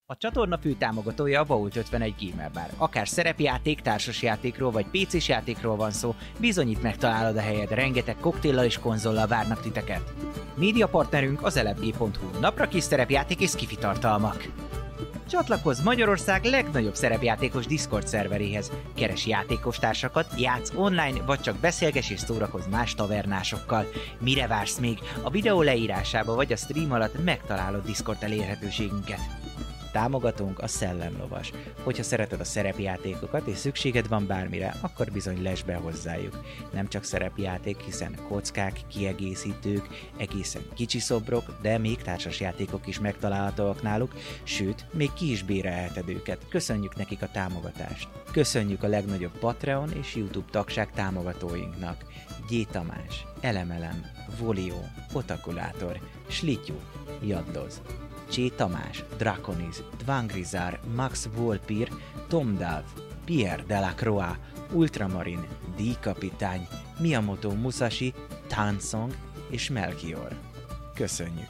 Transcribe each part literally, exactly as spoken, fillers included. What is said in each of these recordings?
A csatorna fő támogatója a Vault ötvenegy Gamer Bar. Akár szerepjáték, társasjátékról vagy pé cés játékról van szó, bizonyít megtalálod a helyed, rengeteg koktéllal és konzollal várnak titeket. Média partnerünk az elefg pont hu, napra kis szerepjáték és skifi tartalmak. Csatlakozz Magyarország legnagyobb szerepjátékos Discord szerveréhez. Keres játékostársakat, játsz online, vagy csak beszélges és szórakozz más tavernásokkal. Mire vársz még? A videó leírásába vagy a stream alatt megtalálod Discord elérhetőségünket. Támogatónk a Szellemlovas. Hogyha szereted a szerepjátékokat és szükséged van bármire, akkor bizony lesz be hozzájuk. Nem csak szerepjáték, hiszen kockák, kiegészítők, egészen kicsi szobrok, de még társasjátékok is megtalálhatóak náluk, sőt, még ki is bérelheted őket. Köszönjük nekik a támogatást. Köszönjük a legnagyobb Patreon és YouTube tagság támogatóinknak. G. Tamás, Elemelem, Volio, Otakulátor, Slityu, Jaddoz, Csé Tamás, Draconiz, Dvangrizár, Max Volpir, Tomdav, Pierre Delacroix, Ultramarin, D-kapitány, Miyamoto Musashi, Tansong és Melchior. Köszönjük!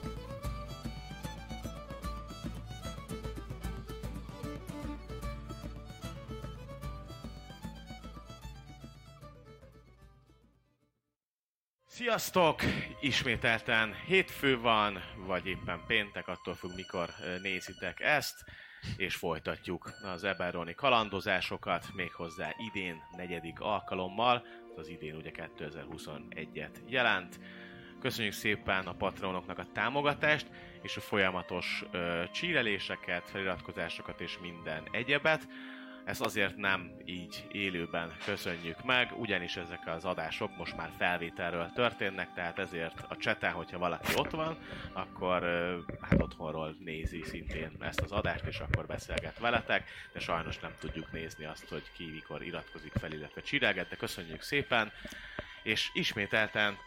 Sziasztok! Ismételten hétfő van, vagy éppen péntek, attól függ mikor nézitek ezt, és folytatjuk az Eberroni kalandozásokat, méghozzá idén negyedik alkalommal, az idén ugye kétezer-huszonegyet jelent. Köszönjük szépen a patronoknak a támogatást, és a folyamatos ö, csíreléseket, feliratkozásokat és minden egyebet. Ezt azért nem így élőben köszönjük meg, ugyanis ezek az adások most már felvételről történnek, tehát ezért a chaten, hogyha valaki ott van, akkor hát otthonról nézi szintén ezt az adást, és akkor beszélget veletek, de sajnos nem tudjuk nézni azt, hogy ki mikor iratkozik fel, illetve csirelget, de köszönjük szépen, és ismételten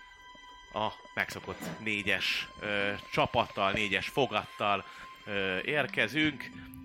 a megszokott négyes ö, csapattal, négyes fogattal ö, érkezünk.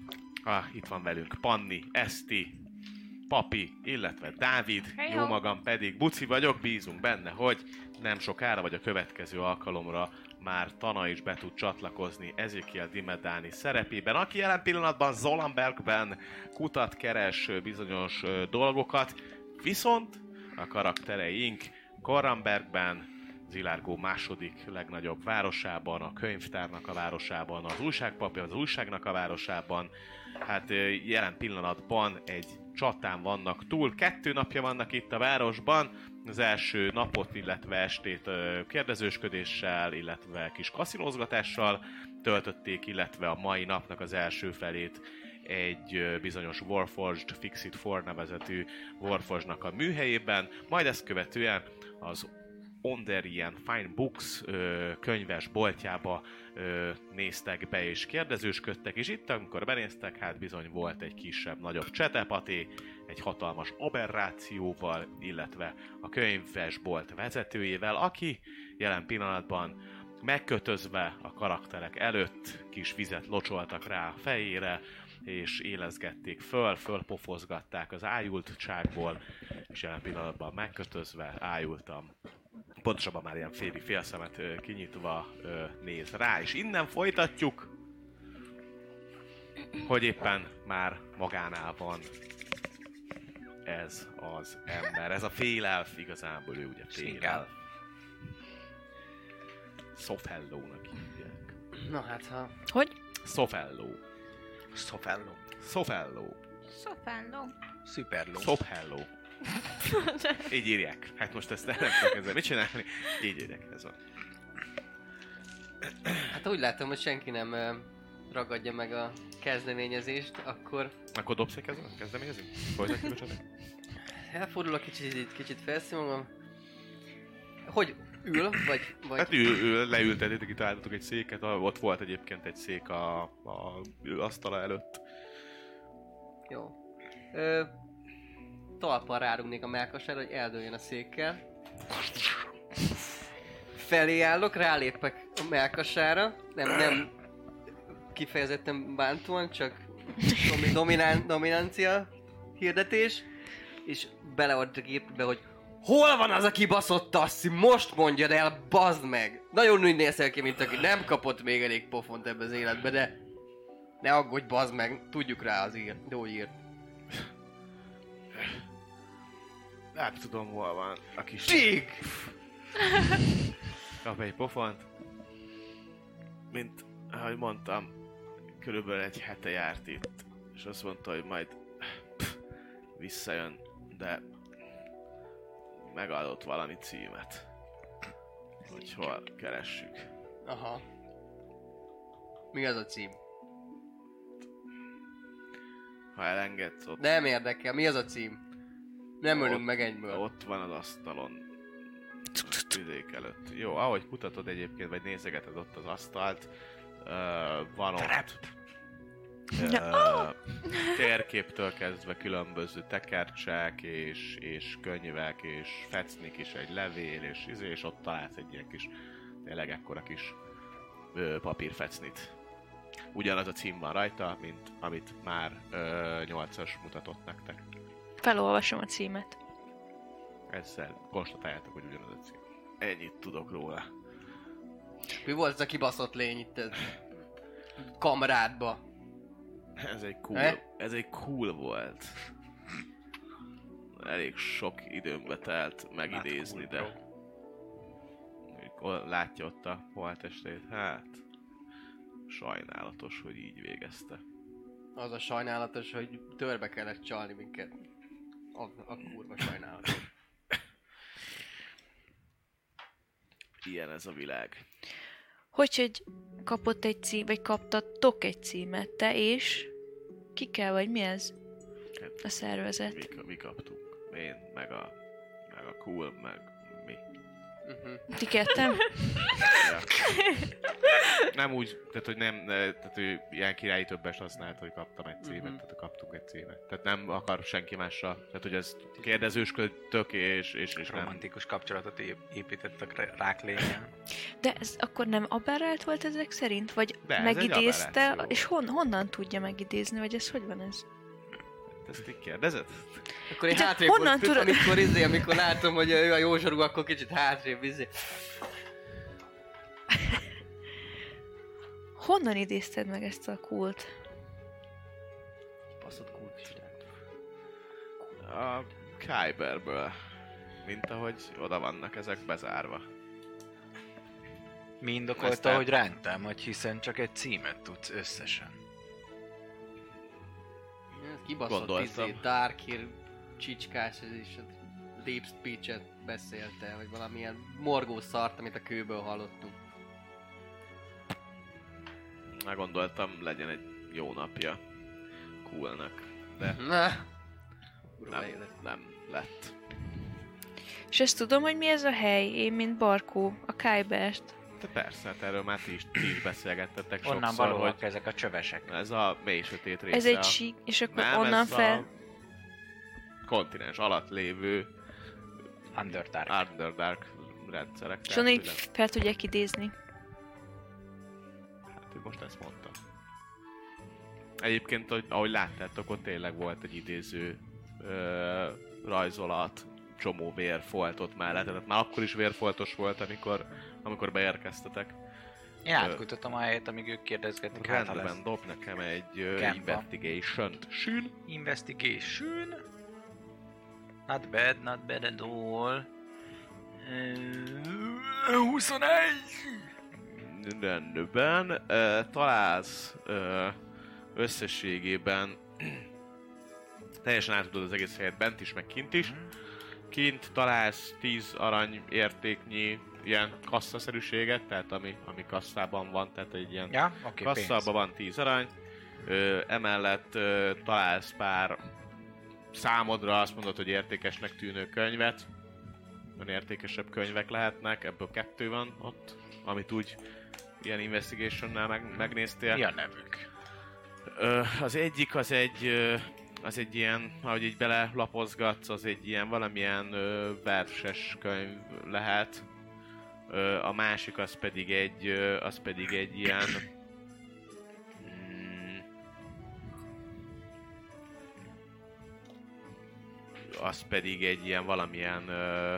Ah, itt van velünk Panni, Eszti, Papi, illetve Dávid, Hello. Jó magam pedig Buci vagyok, bízunk benne, hogy nem sokára vagy a következő alkalomra már Tana is be tud csatlakozni Ezekiel Dimedáni szerepében, aki jelen pillanatban Zolambergben kutat, keres bizonyos dolgokat, viszont a karaktereink Korrambergben, Zilárgó második legnagyobb városában, a könyvtárnak a városában, az újságpapja, az újságnak a városában. Hát jelen pillanatban egy csatán vannak túl, kettő napja vannak itt a városban. Az első napot, illetve estét kérdezősködéssel, illetve kis kaszinózgatással töltötték, illetve a mai napnak az első felét egy bizonyos Warforged Fixit Four nevezetű Warforged-nak a műhelyében, majd ezt követően az Onderian Fine Books ö, könyves boltjába ö, néztek be és kérdezősködtek, és itt amikor benéztek, hát bizony volt egy kisebb-nagyobb csetepaté, egy hatalmas aberrációval, illetve a könyvesbolt vezetőjével, aki jelen pillanatban megkötözve a karakterek előtt kis vizet locsoltak rá a fejére, és élezgették föl, fölpofozgatták az ájultságból, és jelen pillanatban megkötözve, ájultam. Pontosabban már ilyen féli félszemet ö, kinyitva ö, néz rá, és innen folytatjuk, hogy éppen már magánál van ez az ember, ez a félelf, igazából ő ugye félelf. Sophello-nak hívják. Na hát ha... Hogy? Sophello. Sophello. Sophello. Sophello. Superló. Sophello. Így írják. Hát most ezt nem tudok ezzel mit csinálni. Így írják, ez van. Hát úgy látom, hogy senki nem uh, ragadja meg a kezdeményezést, akkor... Akkor dobsz egy kezdeményezést? Kezdeményezünk? Folytatjuk a csatát? Elfordulok kicsit, kicsit felszímolom. Hogy ül, vagy... vagy... Hát ő, ő leültetek, itt álltatok egy széket, ott volt egyébként egy szék a, a asztala előtt. Jó. Ö, talpal rárugnék a mellkasára, hogy eldőljön a székkel. Felé állok, rálépek a mellkasára. Nem, nem kifejezetten bántóan, csak domi- dominán- dominancia hirdetés. És beleadt a gépbe, hogy hol van az a kibaszott tasszi? Most mondjad el, bazd meg! Nagyon úgy nézel ki, mint aki nem kapott még elég pofont ebbe az életbe, de Ne aggódj, bazd meg, tudjuk rá az írt, de úgy írt. Nem tudom, hol van a kis... Csík! Kap egy pofont. Mint, ahogy mondtam, körülbelül egy hete járt itt, és azt mondta, hogy majd pff, visszajön, de megadott valami címet, hogy hol keressük. Aha. Mi az a cím? Ha elengedsz, ott, Nem érdekel, mi az a cím? Nem ölünk Ott- meg egyből. ott van az asztalon. A tüzék előtt. Jó, ahogy kutatod egyébként, vagy nézegeted ott az asztalt, uh, van ott uh, térképtől kezdve különböző tekercsek, és, és könyvek, és fecnik is, egy levél, és izé, és ott találsz egy ilyen kis, tényleg ekkora kis uh, papírfecnit. Ugyanaz a cím van rajta, mint amit már uh, nyolcas mutatott nektek. Felolvasom a címet. Ezzel konstatáljátok, hogy ugyanaz a cím. Ennyit tudok róla. Mi volt ez a kibaszott lény itt ez? Kamrádba. Ez egy cool, Eh? ez egy cool volt. Elég sok időmbe telt megidézni, de... Amikor látja ott a holttestét, hát... Sajnálatos, hogy így végezte. Az a sajnálatos, hogy törbe kellett csalni minket. A, a kurva sajnálatos. Ilyen ez a világ. Hogy, hogy kapott egy cím, vagy kaptatok egy címet, te és ki kell, vagy mi ez? A szervezet. Mi, mi kaptunk. Én, meg a... meg a cool, meg mi. Uh-huh. Ti ketten? Ja. Nem úgy, tehát hogy nem, tehát ő ilyen királyi többes használt, hogy kaptam egy címet, Mhm. tehát kaptunk egy címet. Tehát nem akar senki mással, tehát hogy ez kérdezősködtök és, és, és nem. Romantikus kapcsolatot ép- építettek ráklényen. De ez akkor nem aberrált volt ezek szerint? Vagy De, ez egy megidézte, aberráció. és hon, honnan tudja megidézni, vagy ez hogy van ez? Ezt így kérdezed? Akkor én De hátrébb honnan volt, tudod- amikor izé, amikor látom, hogy ő a jó zsarú, akkor kicsit hátrébb izé. Honnan idézted meg ezt a kult? Baszott kultistán. A Kyberből. Mint ahogy oda vannak ezek bezárva. Mi Ezt indokolta, el- hogy rántám, hogy hiszen csak egy címet tudsz összesen. Ez kibaszott Gondoltam. izé, Darkir csicskás, ez is a Deep Speech-et beszélte, vagy valamilyen morgó szart, amit a kőből hallottunk. Már gondoltam, legyen egy jó napja coolnak, de Na! Kurva nem, élet. nem lett. És ezt tudom, hogy mi ez a hely, én mint Barkó, a Kybert. De persze, hát erről már ti is, ti is beszélgettetek Onnan sokszor, hogy valóak ezek a csövesek. ez a mély sötét része. Ez egy a... sík, és akkor Nem, onnan ez fel... a kontinens alatt lévő Underdark. Underdark rendszerek. És tehát, onnan hogy így nem- fel tudják idézni. Hát ő most ezt mondta. Egyébként, hogy, ahogy láttátok, ott tényleg volt egy idéző ö, rajzolat, csomó vérfoltot mellett, tehát már akkor is vérfoltos volt, amikor, amikor beérkeztetek. Én átkutatom a helyet, amíg ők kérdezgetik, hát ha lesz. Rendben, dob nekem egy uh, Campa. investigation-t. Sűn. Investigation. Not bad, not bad at all. Uh, huszonegy! Rendben. Uh, találsz uh, összességében teljesen átudod az egész helyet bent is, meg kint is. Kint találsz tíz arany értéknyi ilyen kasszaszerűséget, tehát ami, ami kasszában van, tehát egy ilyen Ja, oké, okay, kasszában van tíz arany. Ö, emellett ö, találsz pár számodra azt mondod, hogy értékesnek tűnő könyvet. Olyan értékesebb könyvek lehetnek, ebből kettő van ott, amit úgy ilyen investigationnál meg, megnéztél. Mi a nevük? Ö, az egyik az egy, ö, az egy ilyen, ahogy így belelapozgatsz, az egy ilyen valamilyen ö, verses könyv lehet. Ö, a másik az pedig egy, ö, az pedig egy ilyen... Mm, az pedig egy ilyen valamilyen ö,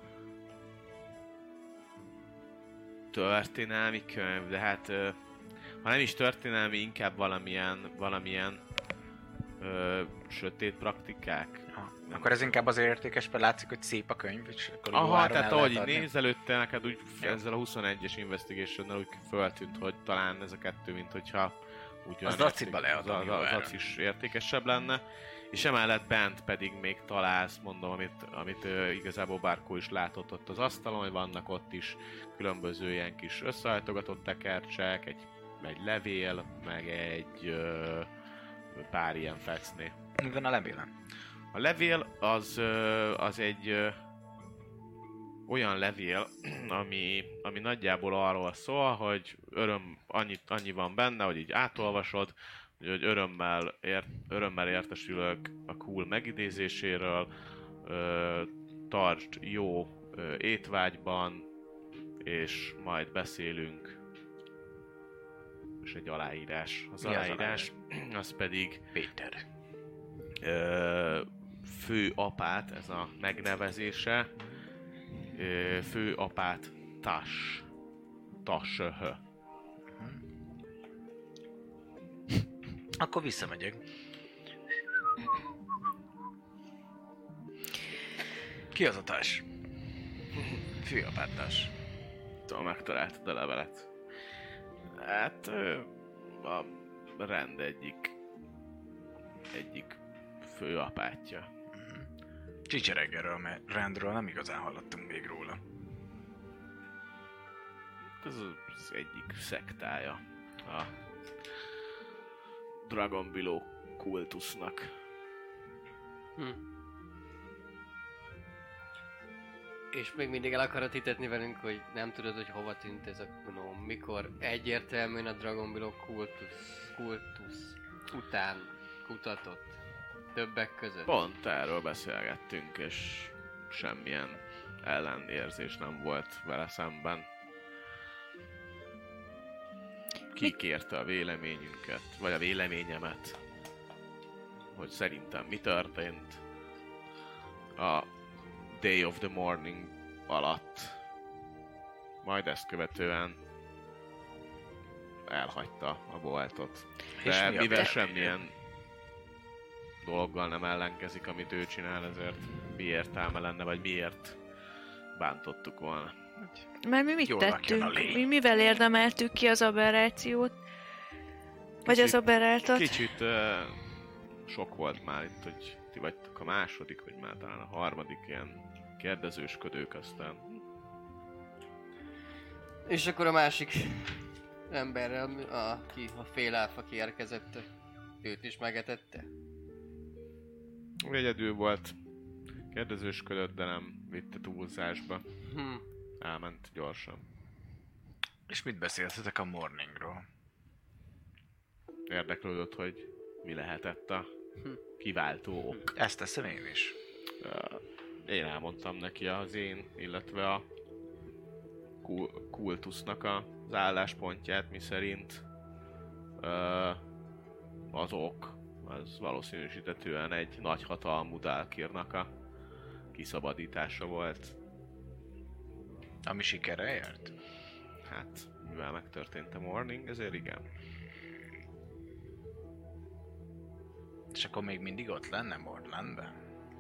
történelmi könyv, de hát ö, ha nem is történelmi, inkább valamilyen, valamilyen ö, sötét praktikák. Ha. Akkor ez inkább azért értékes, mert látszik, hogy szép a könyv, és akkor Aha, jó áron tehát el ahogy lehet így adni. nézelődtél, neked úgy Ja. ezzel a huszonegyes investigationnal úgy föltűnt, hogy talán ez a kettő, mint hogyha úgy Az olyan Laciba érték- leadom az, jó az, az áron. is értékesebb lenne. És emellett bent pedig még találsz, mondom, amit, amit uh, igazából Barkó is látott ott az asztalon, hogy vannak ott is különböző ilyen kis összehajtogatott tekercsek, egy, egy levél, meg egy uh, pár ilyen fecné. Mi van a levélen? A levél az, ö, az egy ö, olyan levél, ami, ami nagyjából arról szól, hogy öröm, annyit, annyi van benne, hogy így átolvasod, hogy örömmel, ért, örömmel értesülök a cool megidézéséről, ö, tartsd jó ö, étvágyban, és majd beszélünk. És egy aláírás. Az Mi az aláírás, az pedig Péter. ö, főapát, ez a megnevezése, ö, főapát Tas. Tas-hö. Akkor visszamegyek. Ki az a társ? Főapátás. Tudom, megtaláltad a levelet. Hát ö, a rend egyik egyik főapátja. Csicsereggerről, mert rendről nem igazán hallottunk még róla. Ez az egyik szektája a Dragon Below kultusznak. Hm. És még mindig el akarod hitetni velünk, hogy nem tudod, hogy hova tűnt ez a gnóm, mikor egyértelműen a Dragon Below kultusz, kultusz után kutatott többek között. Pont erről beszélgettünk, és semmilyen ellenérzés nem volt vele szemben. Kikérte a véleményünket, vagy a véleményemet, hogy szerintem mi történt a Day of the Morning alatt. Majd ezt követően elhagyta a boltot. És De mi a mivel véleménye? semmilyen dologgal nem ellenkezik, amit ő csinál, ezért mi értelme lenne, vagy miért bántottuk volna. Mert mi mit Jól lakjon a tettünk? lény. Mi mivel érdemeltük ki az aberrációt? Vagy Kicsit- az aberráltat? Kicsit uh, sok volt már itt, hogy ti vagytok a második, vagy már talán a harmadik ilyen kérdezősködők, aztán És akkor a másik emberrel, aki a fél álfa kiérkezett, őt is megetette? egyedül volt, kérdezősködött, de nem vitte túlzásba. Hm. Elment gyorsan. És mit beszéltetek a morningról? Érdeklődött, hogy mi lehetett a Hm. kiváltó ok. Ezt teszem én is. Uh, Én elmondtam neki az én, illetve a kul- kultusznak az álláspontját, miszerint uh, az ok, az valószínűsítetően egy nagyhatalmú Dálkirnak a kiszabadítása volt. Ami sikerrel járt? Hát, mivel megtörtént a Morning, ezért igen. És akkor még mindig ott lenne Mordlandben?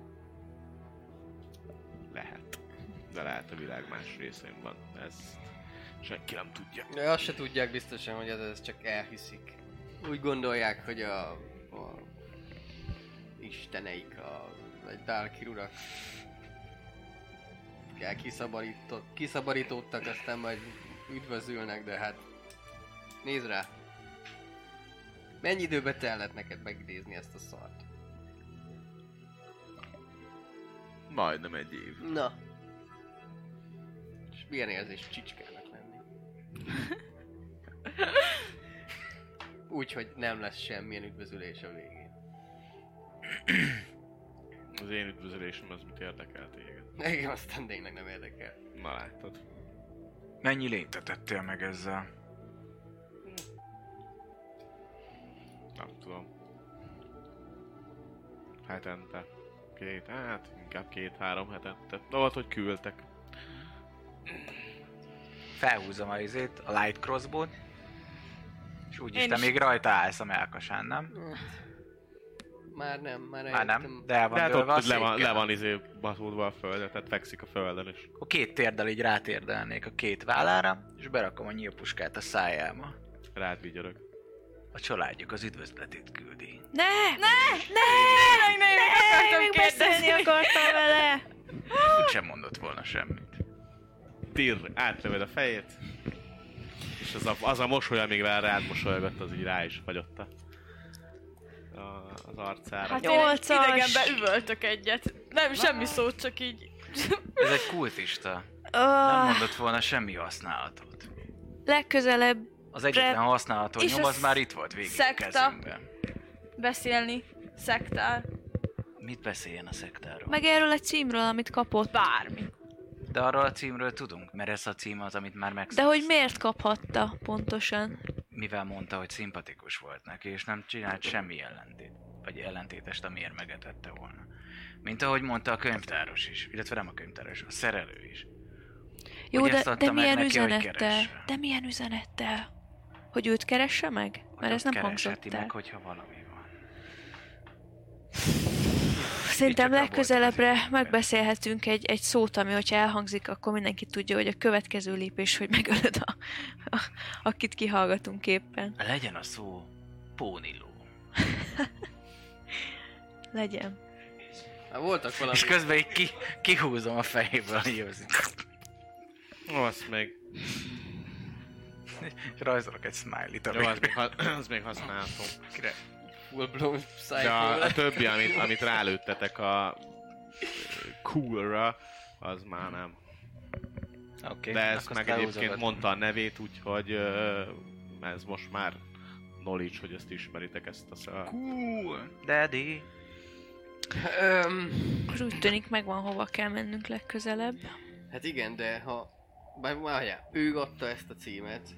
Lehet. De lehet a világ más részén van. Ezt senki nem tudja. De azt se tudják biztosan, hogy ez, ez csak elhiszik. Úgy gondolják, hogy a, a isteneik, a, vagy Dálkir urak kiszabadított, kiszabadítottak, aztán majd üdvözülnek, de hát nézd rá. Mennyi időbe tellett neked megidézni ezt a szart? Majdnem egy év. Na. És milyen érzés csicskának lenni? Úgy, hogy nem lesz semmilyen üdvözülés a végén. Az én üdvözölésem az mit érdekel téged? Engem aztán tényleg nem érdekel. Na láttad. Mennyi lényt tettél meg ezzel? Nem tudom. Hetente. Két, hát inkább két-három hetente. De volt, hogy küldtek. Felhúzom a izét, a light crossbow-t. És úgyis Én te is. még rajta állsz a melkasán, nem? Már nem, már Már nem, eljöttem. de el van De hát dőlve a ott le van, le székkel. van izé baszódva a földre, tehát fekszik a földön is. Akkor két térddel így rátérdelnék a két vállára, és berakom a nyílpuskát a szájába. Rád vigyorog. A családjuk az üdvözletét küldi. Ne! Ne! Ne! Ne! Ne! Ne! Még Akartam beszélni kérdezni. akartam vele! Úgysem mondott volna semmit. Tir, átlövöd a fejét, és az a, az a mosoly, amivel rád mosolygott, az így rá is fagyott a, a, az arcára. Hát Nyolcas. én idegenben üvöltök egyet. Nem, semmi szót, csak így... Ez egy kultista. Nem Oh, mondott volna semmi használatot. legközelebb Az egyetlen Re- használható És nyom a az már itt volt végig a szekta? kezünkben. beszélni. Szektál. Mit beszéljen a szektáról? meg erről a címről, amit kapott. Bármi. De arról a címről tudunk, mert ez a cím az, amit már De megszereztem. hogy miért kaphatta pontosan? Mivel mondta, hogy szimpatikus volt neki, és nem csinált semmi ellentét, vagy ellentétest, amiért megetette volna. Mint ahogy mondta a könyvtáros is, illetve nem a könyvtáros, a szerelő is. Jó, Hogy de, ezt adta de meg milyen neki, hogy üzenettel? keresse. De milyen üzenettel? Hogy őt keresse meg? Mert ez nem hangzott Keresheti el. meg, hogyha valami van. Szerintem Így csak legközelebbre rabolta az megbeszélhetünk egy, egy szót, ami hogyha elhangzik, akkor mindenki tudja, hogy a következő lépés, hogy megölöd a, a, akit kihallgatunk éppen. Legyen a szó póniló. Legyen. Hát voltak valami... És közben így ki, kihúzom a fejéből a nyilvzit. Ó, azt még, És rajzolok egy smiley-t. jó, az még, ha- az még használható. Full blown De a, a psycho. többi, amit, amit rálőttetek a coolra, az már nem. Okay, De ezt meg egyébként mondta a nevét, úgyhogy ö, ez most már knowledge, hogy ezt ismeritek, ezt a szá... Cool, daddy. Öm, Akkor úgy tűnik, megvan hova kell mennünk legközelebb. hát igen, de ha... Bár várjál, ő adta ezt a címet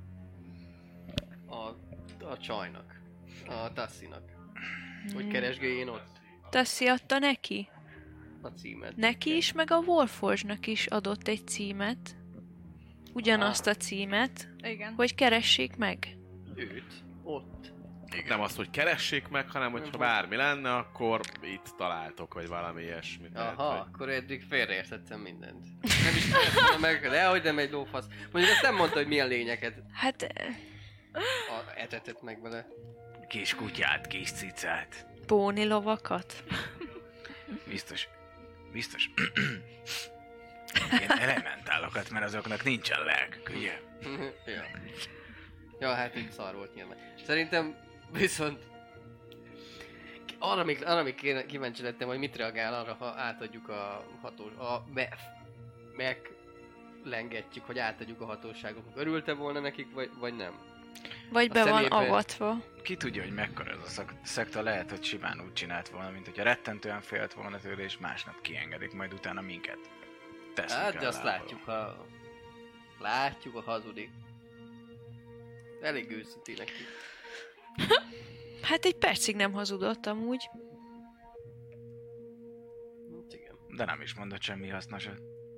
a, a csajnak, a Tassinak, hogy keresgéljén ott Tassi adta neki? a címet. Neki is, meg a Warforge-nak is adott egy címet. Ugyanazt a címet, Igen. hogy keressék meg. Őt ott. Nem azt, hogy keressék meg, hanem hogyha bármi lenne, akkor itt találtok, vagy valami ilyesmit. Aha, Tehát, hogy... akkor eddig félreértettem mindent. Nem is kérdeztem meg, de hogy nem egy lófasz. Mondjuk azt nem mondta, hogy milyen lényeket Hát, eh, a, etetett meg vele. Kis kutyát, kis cicát. póni lovakat. Biztos, biztos. Ilyen elementálokat, mert azoknak nincsen lelkük, ugye? ja. Ja, hát itt szar volt nyilván. Szerintem viszont arra még, arra még kéne, kíváncsi lettem, hogy mit reagál arra, ha átadjuk a ható... A, me, meglengetjük, hogy átadjuk a hatóságoknak. Örülte volna nekik, vagy, vagy nem? Vagy A be van szemébe- avatva. Ki tudja, hogy mekkora ez a szak- szekta, lehet, hogy simán úgy csinált volna, mint hogyha rettentően félt volna tőle, és másnap kiengedik, majd utána minket. Tesznek Hát, de el azt lábalom. látjuk, ha... Látjuk, a hazudik. Elég őszintének ki. Hát egy percig nem hazudott amúgy. Hát igen. De nem is mondott semmi hasznosat.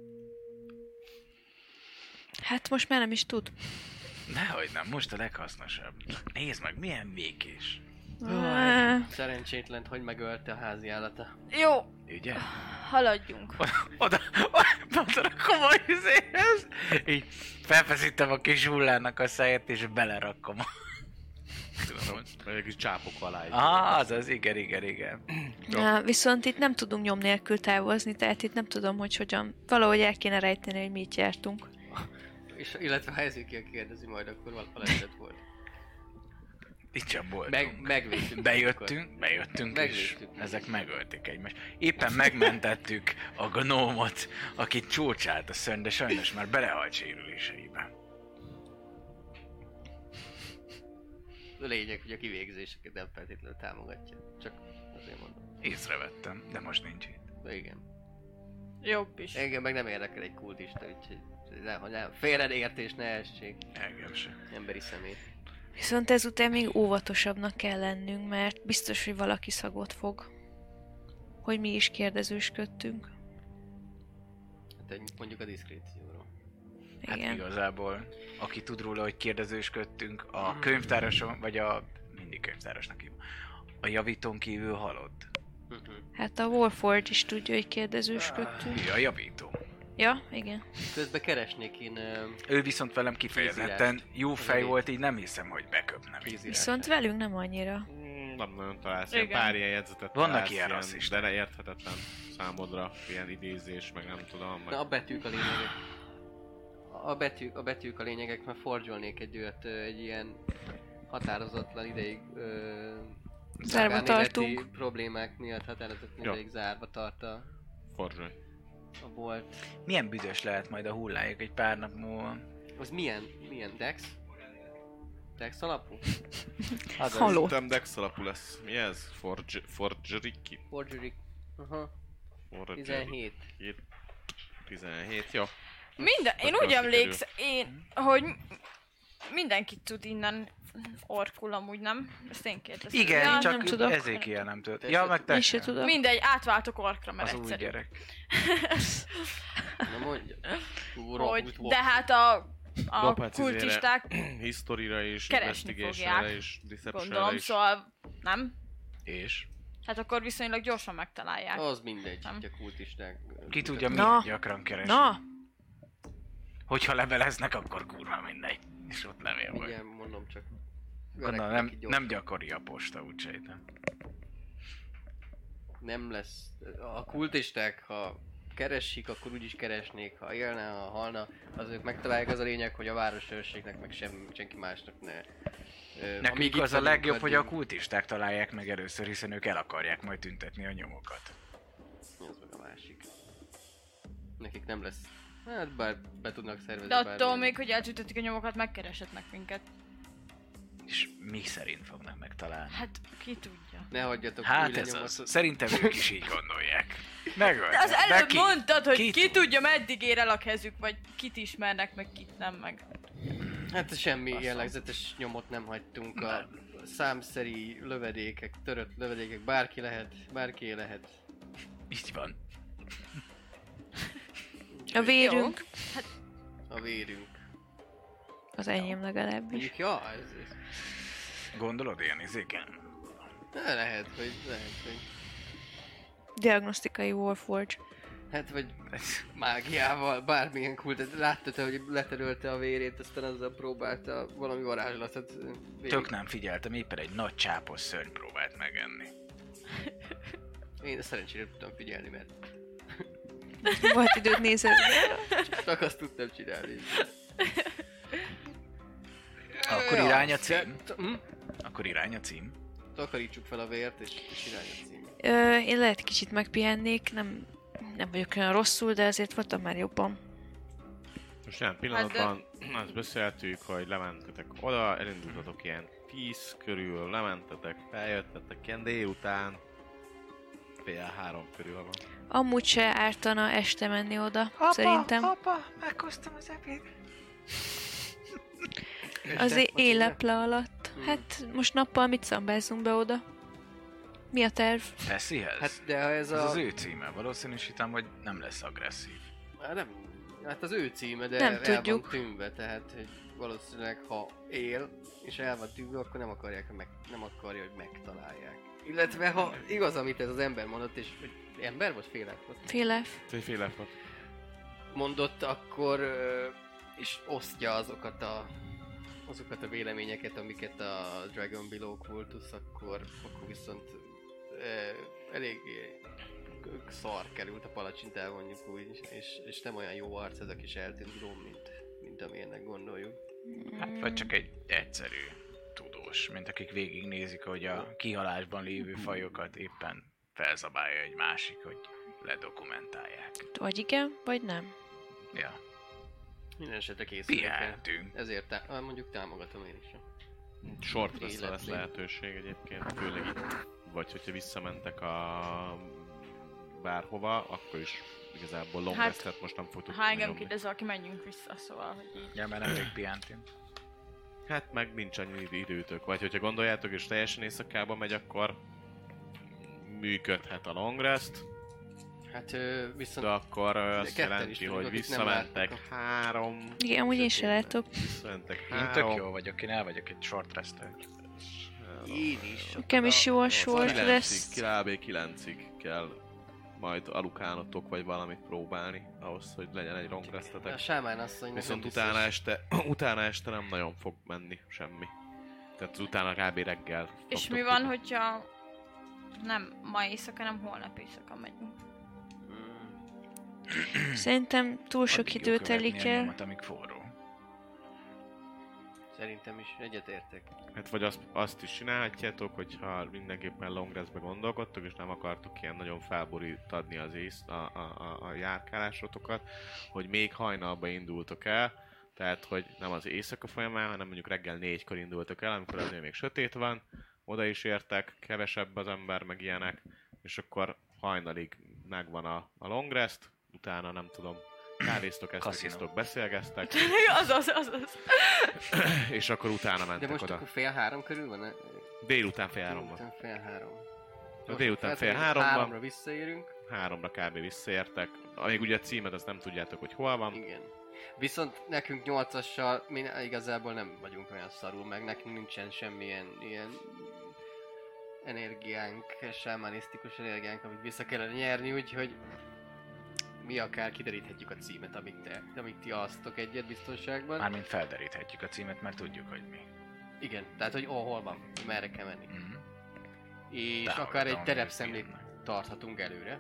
Hát most már nem is tud. Dehogy nem, most a leghasznosabb. Nézd meg, milyen békés. Ah, Szerencsétlen, hogy megölte a házi állata. Jó, Ugye? haladjunk. Oda, oda a komoly izéhez. Így felfeszítem a kis hullának a száját, és belerakom. Tudom, hogy egy kis csápok alá. így. Ah, az az, igen, igen, igen. Na, viszont itt nem tudunk nyom nélkül távozni, tehát itt nem tudom, hogy hogyan. Valahogy el kéne rejteni, hogy mi itt jártunk. És, illetve ha Ezekiel kérdezi majd, akkor val- baleset volt. Itt sem voltunk. Meg, megvédtük. Bejöttünk, bejöttünk, és Megvédtük. ezek megölték egymást. Éppen megmentettük a gnómot, akit csócsált a szörny, de sajnos már belehalt sérüléseibe. A lényeg, hogy a kivégzéseket nem feltétlenül támogatja. Csak azért mondom. Észrevettem, de most nincs itt. De igen. Jobb is. Engem meg nem érdekel egy kultista, úgyhogy nem, hogy nem. Félreértés ne essék. Engem sem. Emberi szemét. Viszont ezután még óvatosabbnak kell lennünk, mert biztos, hogy valaki szagot fog. Hogy mi is kérdezősködtünk. Hát egy, mondjuk a diszkrécióról. Hát Igen. igazából aki tud róla, hogy kérdezősködtünk, a könyvtároson, vagy a... mindig könyvtárosnak hívom. A javítón kívül halott. Hát a Warforge is tudja, hogy kérdezősködtünk. Ő a javító. Ja, igen. Közben keresnék én... Uh, Ő viszont velem kifejezetten jó fej Kézírás. volt, így nem hiszem, hogy beköpne még. Viszont velünk nem annyira. Mm, Nem nagyon találsz, ilyen Igen. pár ilyen jegyzetet Vannak találsz, ilyen rasszisták. de ne érthetetlen számodra, ilyen idézés, meg nem tudom. Meg... na, a betűk a lényegek. A betűk, a betűk a lényegek, mert forgyolnék egy olyat, ö, egy ilyen határozatlan ideig... Ö, Zárva magánéleti tartunk. problémák miatt határozatlan Jó. ideig zárva tart a, Forzsolj. a bolt. Milyen büdös lehet majd a hullájuk egy pár nap múlva? Az milyen? Milyen? Dex? Dex alapú? Halott. Szerintem Dex alapú lesz. Mi ez? Forge... Forgeriki? Forgery. Aha. Forgeriki. tizenhét. tizenhét, jó. Minden, én Akkor úgy sikerül. emlékszem, én, hogy mindenki tud innen orkul amúgy, nem? Ezt én kérdezem. Igen, Ja, csak nem tudok. ezért ilyen nem tud. Te Ja, se meg te Én se sem. tudom. Mindegy, átváltok orkra, mert Az új egyszerű. gyerek. Na mondja. Hogy, de hát a, a Lophatsz kultisták izére, History-ra is, keresni Investigation-re fogják. is, Deception-re gondolom, is. szóval nem? És? Hát akkor viszonylag gyorsan megtalálják. Az mindegy, Nem. hogy a kultisták... Ki tudja, Na. milyen gyakran keresik. Na, Hogyha leveleznek, akkor kurva mindegy. És ott levél vagy. Igen, mondom csak. Gondolom, Verek nem, neki gyorsan. nem gyakori a posta, úgy sejtem. Nem lesz. A kultisták, ha keresik, akkor úgyis keresnék. Ha élne, ha halna, az ők megtalálják. Az a lényeg, hogy a városőrségnek, meg sem, senki másnak ne. Ö, Nekünk amíg itt az a vagyunk, legjobb, hogy a addig- kultisták találják meg először, hiszen ők el akarják majd tüntetni a nyomokat. Az meg a másik. Nekik nem lesz. Hát bár be tudnak szervezni De attól bármilyen- még, hogy eltüntetik a nyomokat, megkereshetnek minket. És mi szerint fognak megtalálni? Hát, ki tudja. Ne hagyjatok Hát új ez lenyomatot. az. Szerintem ők is így gondolják. Megöldek. De az előbb ki? mondtad, hogy Ki ki, tud- tudja, meddig ér el a kezük, vagy kit ismernek, meg kit nem, meg. Hát semmi Faszom. jellegzetes nyomot nem hagytunk. A számszeri lövedékek, törött lövedékek, bárki lehet, bárki lehet. Így van. a vérünk. A vérünk. Az enyém legalábbis. Mondjuk, ja, ez, ez Gondolod ilyen izéken? ne, lehet, hogy, lehet, hogy, Diagnosztikai Warforge. hát vagy mágiával, bármilyen kult, láttad, hogy leterölte a vérét, aztán azzal próbálta valami varázslatot. végig- Tök nem figyeltem, éppen egy nagy csápos szörny próbált megenni. Én szerencsére tudtam figyelni, mert Volt időt nézni. csak azt tudtam csinálni. Akkor Ja, irány a de- cím. Hm? Akkor irány a cím. Takarítsuk fel a vért, és, és irány a cím. Ö, én lehet kicsit megpihennék, nem, nem vagyok olyan rosszul, de azért voltam már jobban. Most jelen pillanatban azt beszéltük, hogy lementetek oda, elindultatok ilyen tíz körül, lementetek, feljöttetek ilyen délután, fél három körül van. Amúgy se ártana este menni oda, szerintem. apa, meghoztam az ebéd. Az Este? éleple alatt. Hát most nappal mit szambázzunk be oda? Mi a terv? Teszihez? Hát de ha ez Ez a... az ő címe, valószínűsítem, hogy nem lesz agresszív. Hát nem, hát az ő címe, de Nem el tudjuk. van tűnve, tehát hogy valószínűleg ha él, és el van tűnve, akkor nem akarják, hogy meg, nem akarja, hogy megtalálják. Illetve ha igaz, amit ez az ember mondott, és hogy ember vagy félek volt? Félef. Egy fél volt. Mondott, akkor ö, és osztja azokat a azokat a véleményeket, amiket a Dragon Below kultusz, akkor, akkor viszont ö, eléggé k- szar került a palacsintál, mondjuk úgy, és, és nem olyan jó arc ez a kis eltűnt dróm, mint, mint amilyennek gondoljuk. Hát, vagy csak egy egyszerű tudós, mint akik végignézik, hogy a kihalásban lévő fajokat éppen felzabálja egy másik, hogy ledokumentálják. Vagy igen, vagy nem. Ja, Minden esetre készülünk rá. pihenhetünk. Ezért tá- ah, mondjuk támogatom én is. Short rest lesz Életlé. lehetőség egyébként, főleg itt. Vagy hogyha visszamentek a bárhova, akkor is igazából long Hát, restet most nem fogtok Ha engem nyomni. kérdezel, aki menjünk vissza, szóval, hogy így. Ja, mert nemrég pihentünk. Hát meg nincs annyi időtök. Vagy hogyha gondoljátok és teljesen éjszakába megy, akkor működhet a long rest. Hát ö, viszont... De akkor ö, azt ketten jelenti, is tudjuk, hogy akik nem visszamentek látnak három... Igen, amúgy én se látok. Visszamentek Én három... tök jó vagyok, én el vagyok egy short rester. Én is. Nekem is jó a short kilencig, rest. kb. kilencig kell majd alukánotok, vagy valamit próbálni, ahhoz, hogy legyen egy long A restetek. sámán asszony... Viszont utána este, utána este nem nagyon fog menni semmi. Tehát utána kb. Reggel. És fogtok mi van, tudni. hogyha nem ma éjszaka, nem holnap éjszaka megyünk? Szerintem túl sok Addig jó idő követni telik a el. nyomat, amíg forró. Szerintem is egyetértek. Hát vagy azt, azt is csinálhatjátok, hogyha mindenképpen long restbe gondolkodtok, és nem akartok ilyen nagyon felborítani az ész, a, a, a, a járkálásotokat, hogy még hajnalba indultok el, tehát hogy nem az éjszaka folyamán, hanem mondjuk reggel négykor indultok el, amikor azért még sötét van, oda is értek, kevesebb az ember, meg ilyenek, és akkor hajnalig megvan a, a long rest, utána nem tudom, kávéztok, esztek, Casino. isztok, beszélgeztek, az az, az az. és akkor utána De mentek most oda. akkor fél három körül van? Délután fél három van. Délután fél három. A délután fél Feltétlenül három van. Háromra visszaérünk. Háromra kb. Visszaértek. Amíg ugye a címet azt nem tudjátok, hogy hol van. Igen. Viszont nekünk nyolcassal mi igazából nem vagyunk olyan szarul, meg nekünk nincsen semmilyen ilyen energiánk, sámanisztikus energiánk, amit vissza kellene nyerni, úgyhogy mi akár kideríthetjük a címet, amit te, amit ti alsztok egyet biztonságban. Mármint felderíthetjük a címet, mert tudjuk, hogy mi. Igen, tehát hogy oh, hol van, merre kell menni. Mm. És De akár egy hallgatom, terepszemlét hogy tarthatunk előre.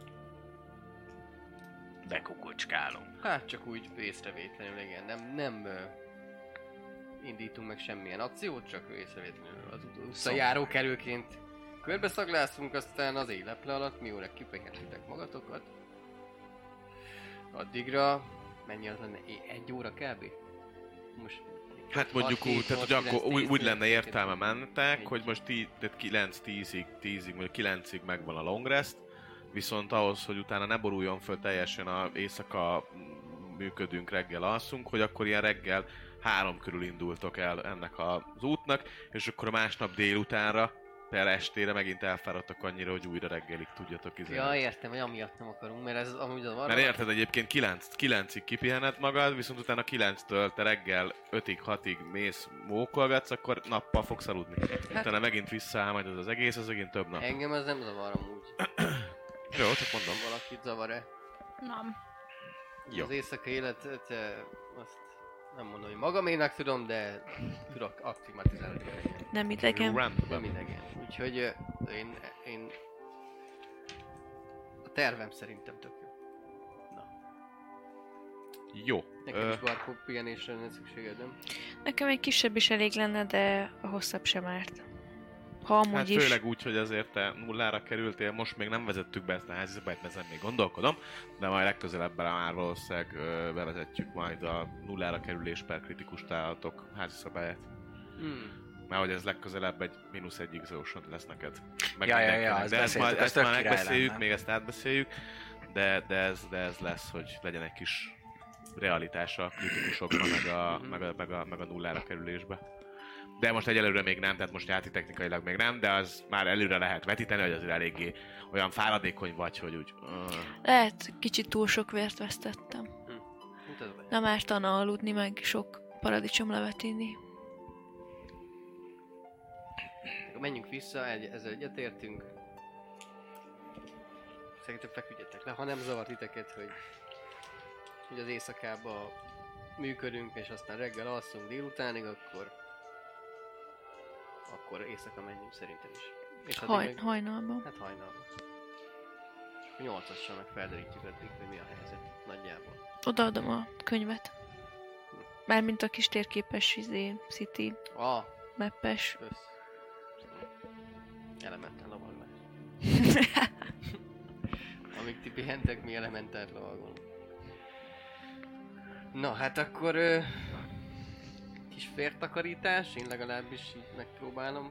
De kukucskálunk. Hát csak úgy észrevétlenül, igen. Nem, nem ö, indítunk meg semmilyen akciót, csak észrevétlenül az ut- utcajárókelőként körbeszaglászunk, aztán az éleple alatt mi óra kipehetitek magatokat. Addigra mennyi az lenne? É- Egy óra kb? Most Hát mondjuk hat, hét, úgy, tehát hogy nyolc, akkor kilenc, úgy, tíz, úgy lenne tizenkettő, értelme mennetek, egy. hogy most tí, tehát kilenc tízig, tízig, mondjuk kilencig megvan a long rest, viszont ahhoz, hogy utána ne boruljon föl teljesen a éjszaka működünk, reggel alszunk, hogy akkor ilyen reggel három körül indultok el ennek az útnak, és akkor a másnap délutánra, per estére megint elfáradtak annyira, hogy újra reggelig tudjatok izni. Ja, értem, hogy amiatt nem akarunk, mert ez amúgy az Mert érted, egyébként kilenc, kilencig kipihened magad, viszont utána kilenctől te reggel ötig, hatig mész, mókolgatsz, akkor nappal fogsz aludni. Hát, utána megint visszaáll majd az az egész, az megint több nap. Engem ez nem zavar amúgy. Jó, csak mondom. Valakit zavar-e? Nem. Jó. Az éjszakai életet, eh, azt nem mondom, hogy magaménak tudom, de tudok aklimatizálni. Nem idegen. Nem Rendben. idegen. Úgyhogy eh, én, én... A tervem szerintem tök jó. Na. Jó. Nekem Ö, is barkó pihenésre lenne szükséged, nem? Nekem egy kisebb is elég lenne, de a hosszabb sem árt. Ha amúgy hát is. főleg úgy, hogy azért te nullára kerültél, most még nem vezettük be ezt a házi szabályt, ezen még gondolkodom, de majd legközelebb már valószínűleg ö, bevezetjük majd a nullára kerülés per kritikus találatok házi szabályát. Hmm. Mert hogy ez legközelebb egy mínusz egy igazósod lesz neked. Meg Ja, ja, mindenkinek. ja, ezt de ezt, beszéltük, majd, ez ezt tök már király megbeszéljük, lenne. még ezt átbeszéljük, de, de, ez, de ez lesz, hogy legyen egy kis realitása a kritikusokban, meg a, meg, a, meg, a, meg a nullára kerülésbe. De most egyelőre még nem, tehát most játék technikailag még nem, de az már előre lehet vetíteni, hogy azért eléggé olyan fáradékony vagy, hogy úgy... Uh, Lehet, kicsit túl sok vért vesztettem. Mit az a baj? Nem ártana aludni, meg sok paradicsomlevet inni. Akkor menjünk vissza, egy, ezzel egyetértünk. Szerintem feküdjetek le, ha nem zavar titeket, hogy, hogy az éjszakába működünk, és aztán reggel alszunk délutánig, akkor akkor éjszaka menjünk szerintem is. És addig Haj, meg- hajnalban. Hát hajnalban. nyolcassal meg felderítjük addig, hogy mi a helyzet nagyjából. Odaadom a könyvet. Mármint a kis térképes izé, City Ah, mappes. össz. Elementál lovaglás. Amíg ti pihentek, mi elementált lovagolunk. Na hát akkor... Ö, kis fértakarítás, én legalábbis így megpróbálom.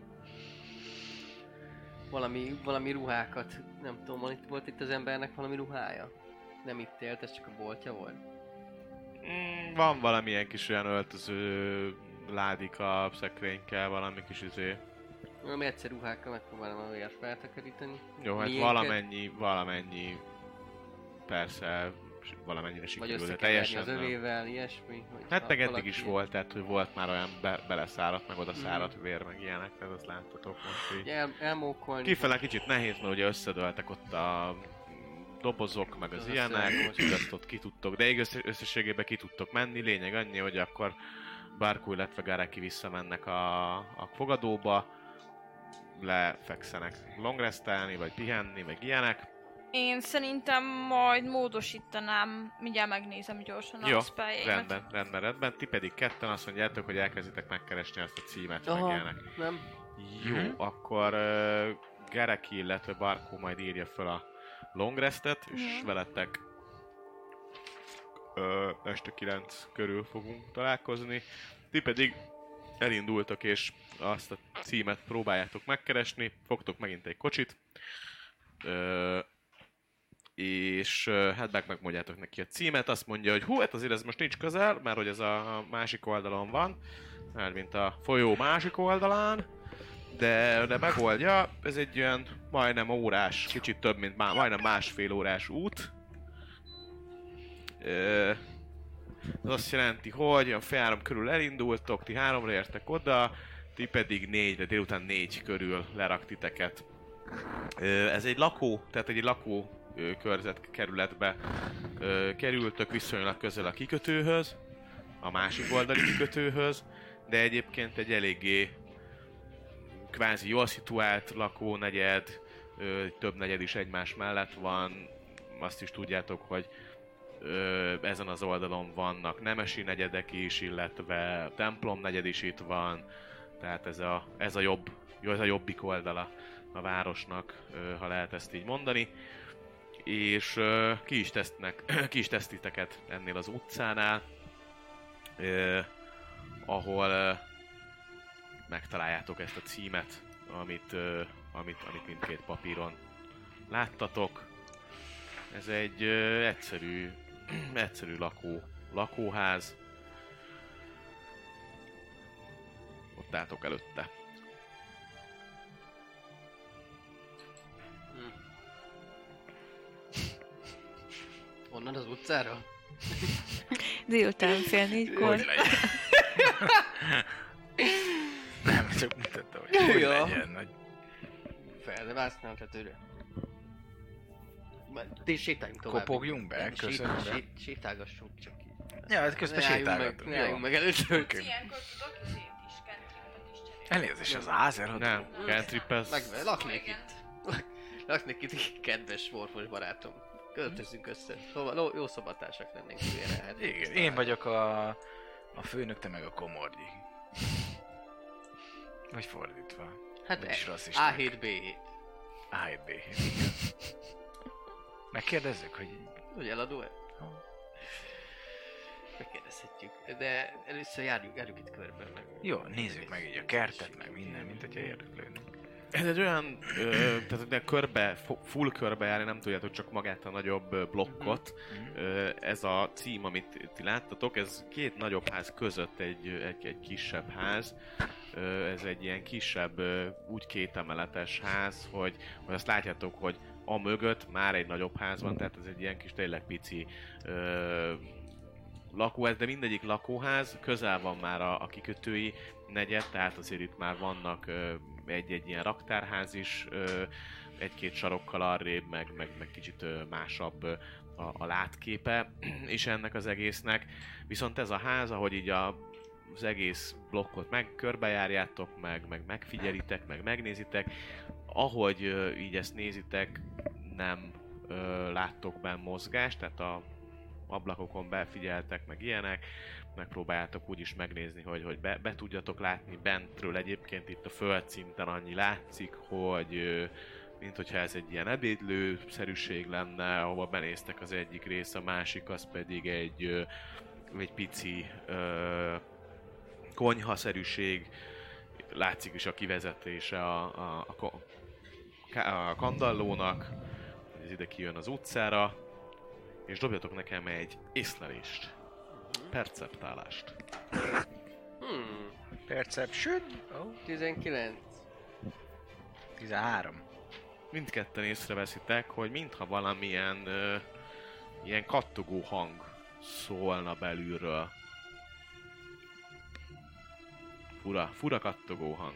Valami, valami ruhákat, nem tudom, van itt, volt itt az embernek valami ruhája? Nem itt élt, ez csak a boltja volt? mm, van valamilyen kis olyan öltöző ládika, szekrénykel, valami kis izé. Valami egyszer ruhákkal megpróbálom a vért feltakarítani. Jó, hát Miénket? valamennyi, valamennyi persze valamennyire Vagy sikerült, de összekeverni teljesen az nem. övével, ilyesmi. Hogy Hát ha meg eddig valaki- is volt, tehát hogy volt már olyan be, beleszáradt, meg oda száradt vér, meg ilyenek, tehát azt láttatok most így. El, elmókolni. Kifele kicsit nehéz, mert ugye összedöltek ott a dobozok, meg az Az ilyenek, össze- úgyhogy azt ott ki tudtok, de össze, összességében ki tudtok menni, lényeg annyi, hogy akkor Barkó, illetve Gareki visszamennek a, a fogadóba, lefekszenek longrestelni, vagy pihenni, meg ilyenek. Én szerintem majd módosítanám, mindjárt megnézem gyorsan Jó, a spelljeimet. rendben, rendben, rendben. Ti pedig ketten azt mondjátok, hogy elkezditek megkeresni azt a címet, meg Aha, ilyenek. nem? Jó, Mhm. akkor uh, Gareki, illetve Barkó majd írja fel a long restet, és Mhm. veletek uh, este kilenc körül fogunk találkozni. Ti pedig elindultok, és azt a címet próbáljátok megkeresni, fogtok megint egy kocsit, uh, és uh, hát meg megmondjátok neki a címet, azt mondja, hogy hú, hát azért ez most nincs közel, mert hogy ez a másik oldalon van, mármint a folyó másik oldalán, de, de megoldja, ez egy olyan majdnem órás, kicsit több, mint má, majdnem másfél órás út. Ö, Ez azt jelenti, hogy a fél három körül elindultok, ti háromra értek oda, ti pedig négyre, délután négy körül lerak titeket. Ö, Ez egy lakó, tehát egy lakó ö, körzet kerületbe ö, kerültök viszonylag közel a kikötőhöz, a másik oldali kikötőhöz, de egyébként egy eléggé kvázi jól szituált lakónegyed, ö, több negyed is egymás mellett van, azt is tudjátok, hogy ö, ezen az oldalon vannak nemesi negyedek is, illetve templom negyed is itt van, tehát ez a, ez a jobb, jó, ez a jobbik oldala a városnak, ö, ha lehet ezt így mondani. És ö, ki is tesznek, ki is teszt titeket ennél az utcánál, ö, ahol ö, megtaláljátok ezt a címet, amit, ö, amit, amit mindkét papíron láttatok. Ez egy ö, egyszerű, egyszerű lakó, lakóház. Ott álltok előtte. Onnan az utcára? Délután fél négykor. Hogy legyen? Nem, csak mutatta, hogy hogy Ja. legyen. Hogy... Fel, de vásznál a tetőre. Ti sétáljunk tovább. Kopogjunk be, Nem, köszönöm. sét- sét- Sétálgassunk csak így. Ja, hát közben Ne álljunk meg, sétálgatunk. ne álljunk meg előtte. Oké. Ilyenkor tudok izét is, kentrimpet is cserélni. Elnézést, az Ázer Nem, cantrip ez... Meg, laknék Igen. itt. Laknék itt, kedves morfos barátom. Költözünk össze. Szóval jó, jó szobatársak lennénk, hülyére. Hát Igen, én vagyok a, a főnök, te meg a komorgyi. Vagy fordítva. Hát Vagyis e- rasszisták. á hét bé hét. á hét bé hét. Megkérdezzük, hogy... Hogy eladó-e? Megkérdezhetjük. De először járjuk, járjuk itt körbe meg. Jó, nézzük meg így a kertet, meg minden, mint hogyha érdeklődünk. Ez egy olyan, ö, tehát de körbe, fu- full körbe járni, nem tudjátok csak magát a nagyobb ö, blokkot. Mhm. Ö, ez a cím, amit ti láttatok, ez két nagyobb ház között egy, egy, egy kisebb ház. Ö, ez egy ilyen kisebb, ö, úgy kétemeletes ház, hogy, hogy azt látjátok, hogy a mögött már egy nagyobb ház van, tehát ez egy ilyen kis tényleg pici ö, lakóház, de mindegyik lakóház, közel van már a, a kikötői negyed, tehát azért itt már vannak ö, egy-egy ilyen raktárház is, ö, egy-két sarokkal arrébb, meg, meg, meg kicsit ö, másabb ö, a, a látképe is ennek az egésznek. Viszont ez a ház, ahogy így a, az egész blokkot meg körbejárjátok, meg, meg megfigyelitek, meg megnézitek, ahogy ö, így ezt nézitek, nem ö, láttok benne mozgást, tehát a ablakokon befigyeltek, meg ilyenek, megpróbáljátok úgy is megnézni, hogy, hogy be, be tudjatok látni bentről. Egyébként itt a földszinten annyi látszik, hogy ö, mint hogyha ez egy ilyen ebédlőszerűség lenne, ahova benéztek az egyik rész, a másik az pedig egy, ö, egy pici ö, konyhaszerűség, látszik is a kivezetése a, a, a, ko- a kandallónak, ez ide kijön az utcára, és dobjatok nekem egy észlelést, perceptálást. Hmm, Perception? Oh. tizenkilenc. tizenhárom. Mindketten észreveszitek, hogy mintha valamilyen ö, ilyen kattogó hang szólna belülről. Fura, fura kattogó hang.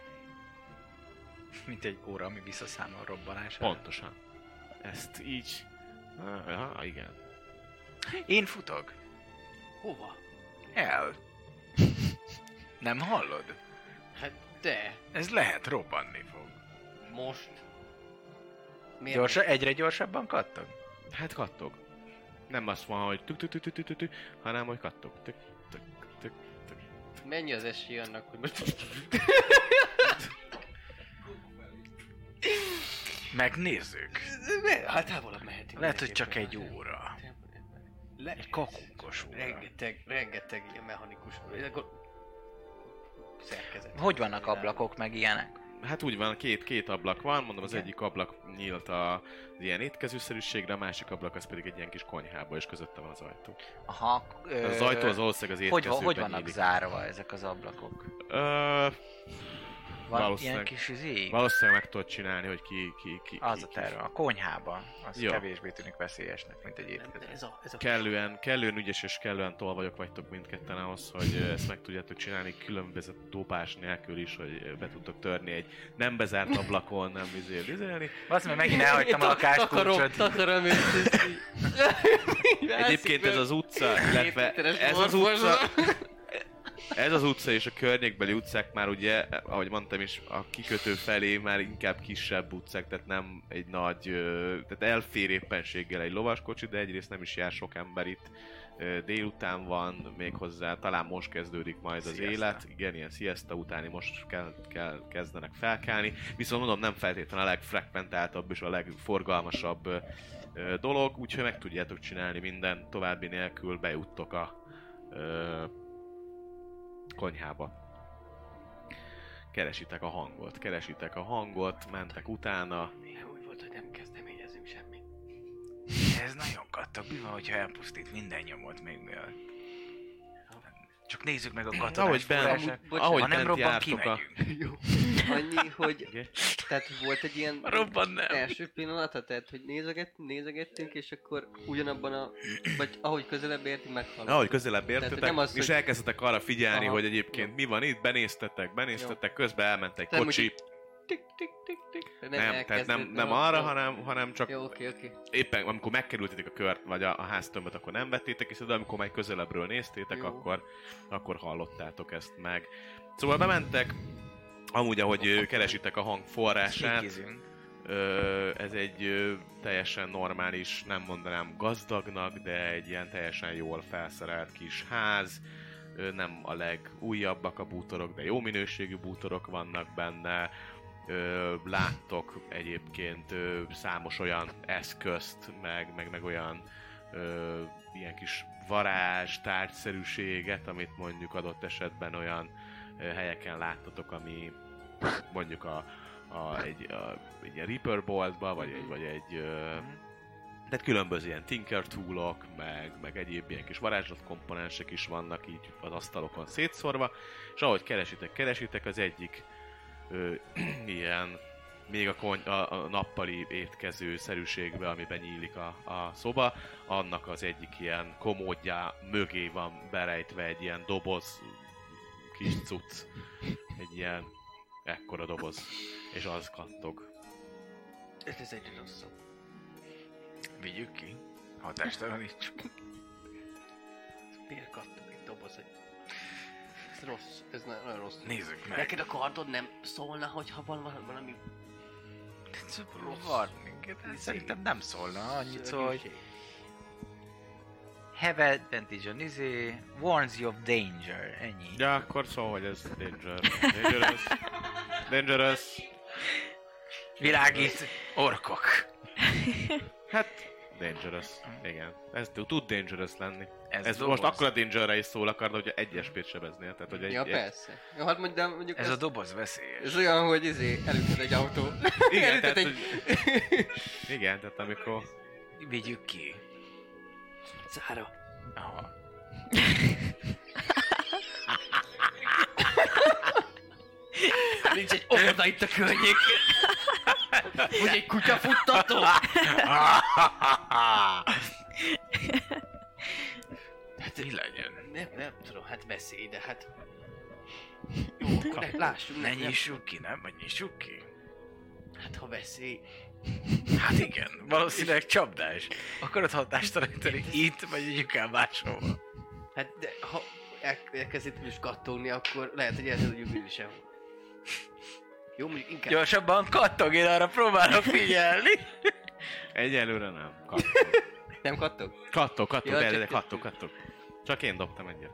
Mint egy óra, ami visszaszámol a robbanásra. Pontosan. Ezt így... Ah, igen. Én futok. Hova? El. Nem hallod? Hát de. Ez lehet robbanni fog. Most. Miért? Gyorsa, egyre gyorsabban kattog? Hát kattog. Nem azt van, hogy tük tük tük tük tük tük, hanem hogy kattog. Tük tük tük tük. Mennyi az esély annak, hogy most... Megnézzük. Hát távolabb mehetünk. Lehet, hogy csak egy óra. Le... Egy kakunkos óra. Rengeteg, rengeteg ilyen mechanikus... szerkezet. Hogy vannak ablakok meg ilyenek? Hát úgy van, két, két ablak van, mondom, az Igen. egyik ablak nyílt a, az ilyen étkezőszerűségre, a másik ablak az pedig egy ilyen kis konyhába, és közötte van az ajtó. Aha. Ö... Az ajtó az valószínűleg az hogy, étkezőben hogy vannak nyílik. zárva ezek az ablakok? Ö, Van ilyen valószínűleg, kis izé? valószínűleg meg tudod csinálni, hogy ki... ki, ki Az ki, a ki. terve. A konyhában. Az Jó. kevésbé tűnik veszélyesnek, mint egy Nem, étkező. de ez a... Ez a... Kellően, kellően ügyes és kellően tolvajok vagytok mindketten ahhoz, hogy ö, ezt meg tudjátok csinálni különböző dobás nélkül is, hogy ö, be tudtok törni egy nem bezárt ablakon, nem izé izélni. Azt mert megint elhagytam a lakáskulcsot. Takarom, Egyébként ez az utca, illetve ez az utca, ez az utca és a környékbeli utcák már ugye, ahogy mondtam is, a kikötő felé már inkább kisebb utcák, tehát nem egy nagy, ö, tehát elfér éppenséggel egy lovaskocsi, de egyrészt nem is jár sok ember itt. Ö, Délután van méghozzá, talán most kezdődik majd az Siesta. élet, igen, ilyen siesta utáni most kell, kell kezdenek felkelni, viszont mondom nem feltétlenül a legfrekventáltabb és a legforgalmasabb ö, ö, dolog, úgyhogy meg tudjátok csinálni minden további nélkül, bejuttok a ö, konyhába. Keresitek a hangot, keresitek a hangot, mentek utána. Úgy volt, hogy nem kezdeményezünk semmit. Ez nagyon kattog. Mi van, hogyha elpusztít minden nyomot még mielőtt? Csak nézzük meg a katonás Ahogy bent, forrását. ahogy Ha nem bent robban, jártok a... kimegyünk. Jó. Annyi, hogy... Igen. Tehát volt egy ilyen... Robban nem. Első pillanata, tehát hogy nézeget, nézegettünk, és akkor ugyanabban a... Vagy ahogy közelebb értünk, meghallottuk. Ahogy közelebb Tehát, hogy értetek, nem az, és hogy- elkezdtetek arra figyelni, Aha. hogy egyébként mi van itt, benéztetek, benéztetek, közben elment egy Nem, kocsi. Tik, tik, tik, tik. Nem, tehát nem, elkezdődne nem a- arra, jó. hanem, hanem csak Jó, oké, oké. éppen amikor megkerültétek a kört, vagy a, a háztömböt, akkor nem vettétek észre, de amikor majd közelebbről néztétek, Jó. akkor, akkor hallottátok ezt meg. Szóval bementek, amúgy ahogy ö, keresitek a hang forrását, Sneakizünk. Ö, ez egy ö, teljesen normális, nem mondanám gazdagnak, de egy ilyen teljesen jól felszerelt kis ház. Ö, nem a legújabbak a bútorok, de jó minőségű bútorok vannak benne. Ö, láttok egyébként ö, számos olyan eszközt, meg, meg, meg olyan ö, ilyen kis varázs, tárgyszerűséget, amit mondjuk adott esetben olyan ö, helyeken láttatok, ami mondjuk a A, egy, a, egy ilyen Reaper boltba, vagy egy, vagy egy ö, tehát különböző ilyen Tinker toolok, meg, meg egyéb ilyen kis varázslat komponensek is vannak így az asztalokon szétszórva, és ahogy keresitek, keresitek, az egyik ö, ilyen még a, kony, a, a nappali étkező szerűségbe, amiben nyílik a, a szoba, annak az egyik ilyen komódja mögé van berejtve egy ilyen doboz, kis cucc, egy ilyen ekkora doboz, és az kattog. Ez, ez egyre rosszabb. Vigyük ki. Hatástalanítsuk. Miért kattog egy doboz? Egy... Ez rossz, ez na- nagyon rossz. Nézzük meg. Neked a kardod nem szólna, hogyha van val- valami Van minket. Szerintem nem szólna. Annyit szól, hogy szörnyűség? have advantage on izé, warns you of danger. Ennyi. Ja, akkor szól, hogy ez danger. Dangerous. Dangerous. Világít orkok. Hát, dangerous. Igen. Ez tud tud dangerous lenni. Ez, Ez doboz. most akkora dangerre is szól akar, hogy egy es pé-t sebeznél. Tehát, hogy egy, Ja, egy, persze. Jó, hát mondjuk, de mondjuk Ez ez, a doboz veszélyes. ez olyan, hogy izé, elütöd egy autó. Igen, Elütöd tehát, egy... hogy, igen, tehát amikor... Vigyük ki. Zára. Aha. Nincs egy óvoda itt a környéken. Vagy egy kutyafuttató. Mi legyen? Nem, nem tudom, hát veszély, de hát... Jó, akkor ne, lássuk, Ne ne, nem. nyissuk ki, nem? Vagy nyissuk ki? Hát ha veszély... Hát igen, valószínűleg csapdás. Akarod hatástalanítani itt, vagy mondjuk el máshova? Hát de ha el, elkezdett is kattogni, akkor lehet, hogy elkezd, hogy bűn sem. Jó, mondjuk inkább... Gyorsabban kattog, én arra próbálok figyelni. Egyelőre nem. Kattog. Nem kattog? Kattog, kattog, Ja, de, csak- de kattog, kattog. Csak én dobtam egyet.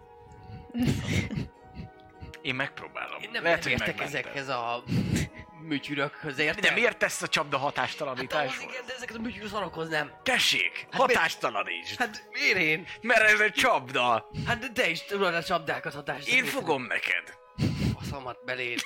Én megpróbálom. Én nem, Lehet, nem hogy értek megmentem. ezekhez a műtyürökhöz, érted? De miért tesz a csapda Hát az hatástalanításhoz? igen, de ezeket a műtyűr szarokhoz nem. Tessék, Hát hatástalanítsd! Hát miért én? Mert ez egy csapda! Hát de te is tudod a csapdákat hatást. Én fogom neked! Faszomat beléd.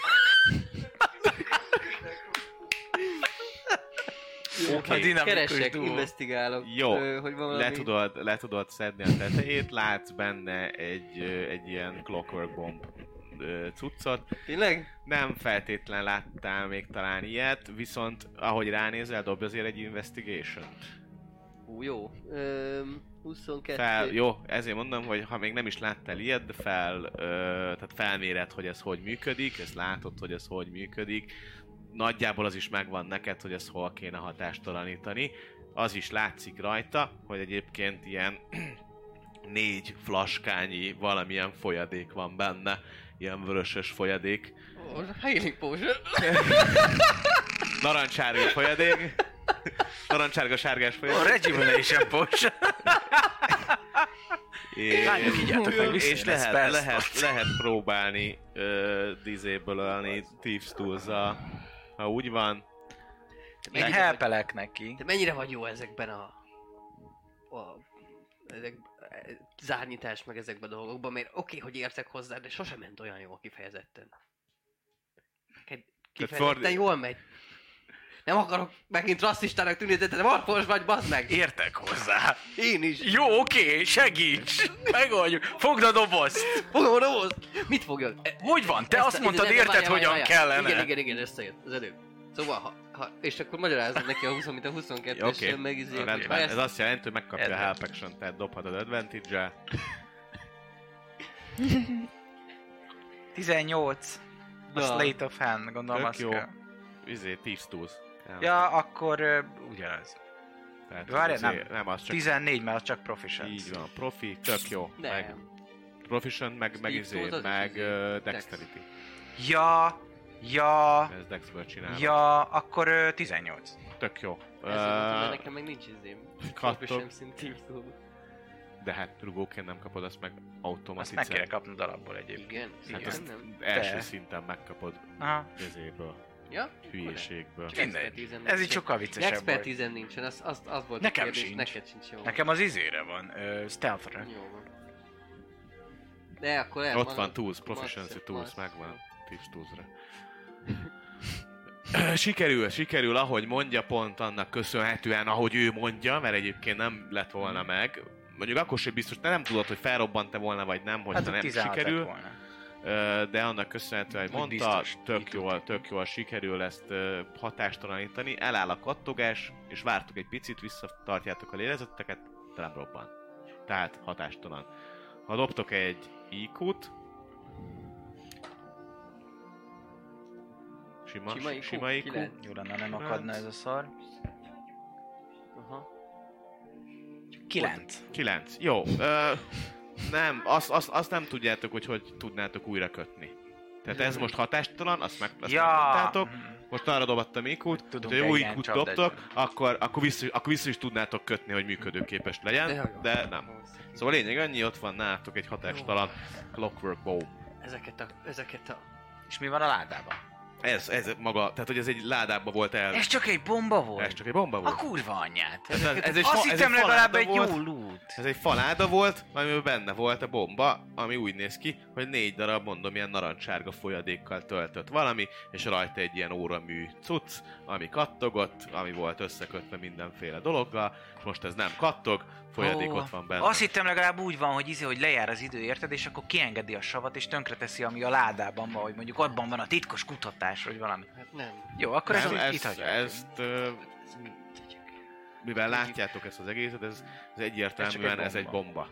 A Oké, dinamikus Keresek, duó. investigálok. Jó, Ö, hogy van valami... le tudod, le tudod szedni a tetejét, látsz benne egy, ö, egy ilyen clockwork bomb ö, cuccot. Tényleg? Nem feltétlen láttál még talán ilyet, viszont ahogy ránézel, dobj azért egy investigation. Hú, jó. Öm, huszonkettő. Fel, jó, ezért mondom, hogy ha még nem is láttál ilyet, de fel, ö, tehát felméred, hogy ez hogy működik, ezt látod, hogy ez hogy működik. Nagyjából az is megvan neked, hogy ezt hol kéne hatástalanítani. Az is látszik rajta, hogy egyébként ilyen négy flaskányi valamilyen folyadék van benne. Ilyen vörösös folyadék. Oh, healing potion. Narancsárga folyadék. Narancsárga sárgás A folyadék. Rejuvenation Potion. És, Lányok, igyatok meg, és visszajön, ez lehet, persze. lehet, lehet próbálni uh, disable-ölni Thieves Tools-a, ha úgy van. Én Mennyire helpelek neki. vagy, te mennyire vagy jó ezekben a... a ezek, zárnyítás meg ezekben a dolgokban, mert oké, okay, hogy értek hozzá, de sosem ment olyan jól kifejezetten. Neked Kifejezetten ford- jól megy. Nem akarok megint rasszistának tűnni, de te marfos vagy, bazd meg! Értek hozzá. Én is. Jó, oké, segíts! Megoldjuk. Fogd a dobozt! Fogom a dobozt! Mit fogja? E, Hogy van? Te ezt azt a- mondtad, ide- érted, várjál, hogyan várjál. kellene? Igen, igen, igen, összejött az előbb. Szóval, ha, ha, és akkor magyarázod neki a húsz, mint a huszonkettes, Oké, okay. meg izé, rendben. ha Ez ezt- azt jelenti, hogy megkapja a Ez- help action, tehát dobhatod advantage-el. tizennyolc. A Ja. Slate of Hand, gondolom Tök azt jó. kell. Izé, Thieves Tools. Ja, akkor ö, ugyanaz. Tehát Várjál, izé, nem. nem, az csak tizennégy, mert az csak proficiency. így van. Profi, tök jó. Nem. Meg proficient, meg, meg Steve izé, Tools az is meg izé, uh, Dex. dexterity. Ja, ja, Ez Dexből csinálom. ja, akkor ö, tizennyolc. Tök jó. Ezért mondtam, mert Uh, nekem meg nincs izém. kattog. Proficiency Thieves Tool. de hát rugóként nem kapod, azt meg Azt automatizál. meg kéne kapnod alapból egyébként. Igen? Hát Igen, azt nem? első De. szinten megkapod Aha, ezéből, Ja? hülyeségből. Csak mindegy. expertízen Ez így nincsen. sokkal viccesebb volt. Expertízen nincsen, az, az, az volt Nekem a kérdés, sincs. neked sincs jó. Nekem az izére van, ö, stealth-re. Jó van. De akkor el Ott van Tools, Proficiency Max- Tools, Max- megvan. Thieves Tools-ra. Sikerül, sikerül, ahogy mondja, pont annak köszönhetően, ahogy ő mondja, mert egyébként nem lett volna meg. Mondjuk akkor sem biztos, te nem tudod, hogy felrobbant-e volna, vagy nem, hogyha Hát ott nem tizenhat sikerül. lett volna. Ö, de annak köszönhetően, hogy Úgy mondta, biztos, tök így jól, tudjuk. tök jól sikerül ezt ö, hatástalanítani, eláll a kattogás, és vártuk egy picit, visszatartjátok a lélezetteket, de nem robban. Tehát hatástalan. Ha dobtok egy í kút, sima, Sima í kú? sima í kú, Kilenc. Jó lenne, nem akadna ez a szar. Aha. kilenc. kilenc. Jó. Ö, nem, azt, azt, azt nem tudjátok, hogy hogy tudnátok újra kötni. Tehát ez most hatástalan, azt meg azt Ja. megmondtátok. Mhm. Most arra dobattam íkút, Tudunk hogyha egy új ilyen íkút csapdát dobtok, csinálni. akkor, akkor, vissza, akkor vissza is tudnátok kötni, hogy működőképes legyen, De, de, jó. nem. Szóval lényeg annyi, ott van nálatok egy hatástalan Clockwork Bow. Ezeket a, ezeket a... És mi van a ládában? Ez, ez maga, tehát hogy ez egy ládába volt el. Ez csak egy bomba volt? Ez csak egy bomba A volt. kurva anyját. Ez, ez, ez egy, Azt fa, ez hittem egy legalább faláda egy volt. jó loot. Ez egy faláda volt, amiben benne volt a bomba, ami úgy néz ki, hogy négy darab, mondom, ilyen narancssárga folyadékkal töltött valami, és rajta egy ilyen óramű cucc, ami kattogott, ami volt összekötve mindenféle dologgal, és most ez nem kattog, folyadék Ó, ott van benne. Azt hittem legalább úgy van, hogy izé, hogy lejár az idő, érted, és akkor kiengedi a savat, és tönkreteszi, ami a ládában van, hogy mondjuk abban van a titkos kutatás, vagy valami. Hát nem. Jó, akkor nem, ezt, itt ezt, hagyjuk. ezt, ö, mivel látjátok ezt az egészet, ez, ez egyértelműen Ez csak egy ez egy bomba. bomba.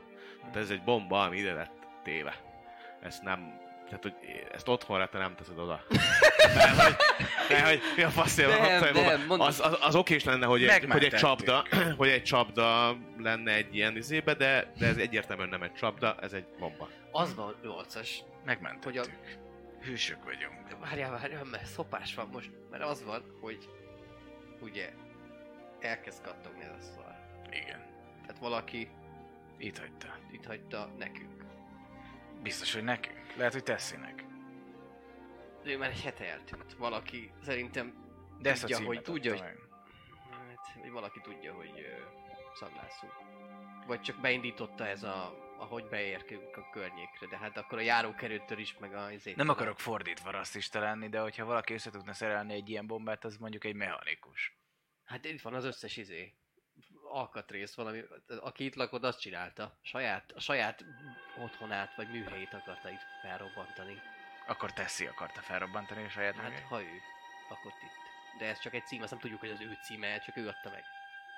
Hát ez egy bomba, ami ide lett téve. Ezt nem... Tehát, hogy ezt otthonra te nem teszed oda. Mert hogy... Mert hogy... Mi a faszél van? Az, az, az okés lenne, hogy egy, hogy egy csapda, hogy egy csapda lenne egy ilyen izébe, de, de ez egyértelműen nem egy csapda, ez egy bomba. Az van nyolcas. Megmentettük. A... Hűsök vagyunk. Várjál, várjál, mert szopás van most. Mert az van, hogy... Ugye... Elkezd kattogni ez a szar. Igen. Tehát valaki... Itt hagyta. Itt hagyta nekünk. Biztos, hogy nekünk. Lehet, hogy Tessinek. Ő már egy hete eltűnt. Valaki szerintem de tudja, ezt a hogy tudja, hogy... Meg. Hát, hogy valaki tudja, hogy uh, szaglászunk. Vagy csak beindította ez a... ahogy beérkünk a környékre, de hát akkor a járókerültől is, meg a... Izét, nem akarok fordítva rasszista lenni, de hogyha valaki össze tudna szerelni egy ilyen bombát, az mondjuk egy mechanikus. Hát itt van az összes izé. Alkatrész valami, aki itt lakod, azt csinálta. Saját, a saját otthonát vagy műhelyét akarta itt felrobbantani. Akkor Tessie akarta felrobbantani a saját Hát műhelyét? ha ő lakott itt. De ez csak egy cím, azt nem tudjuk, hogy az ő címe, csak ő adta meg.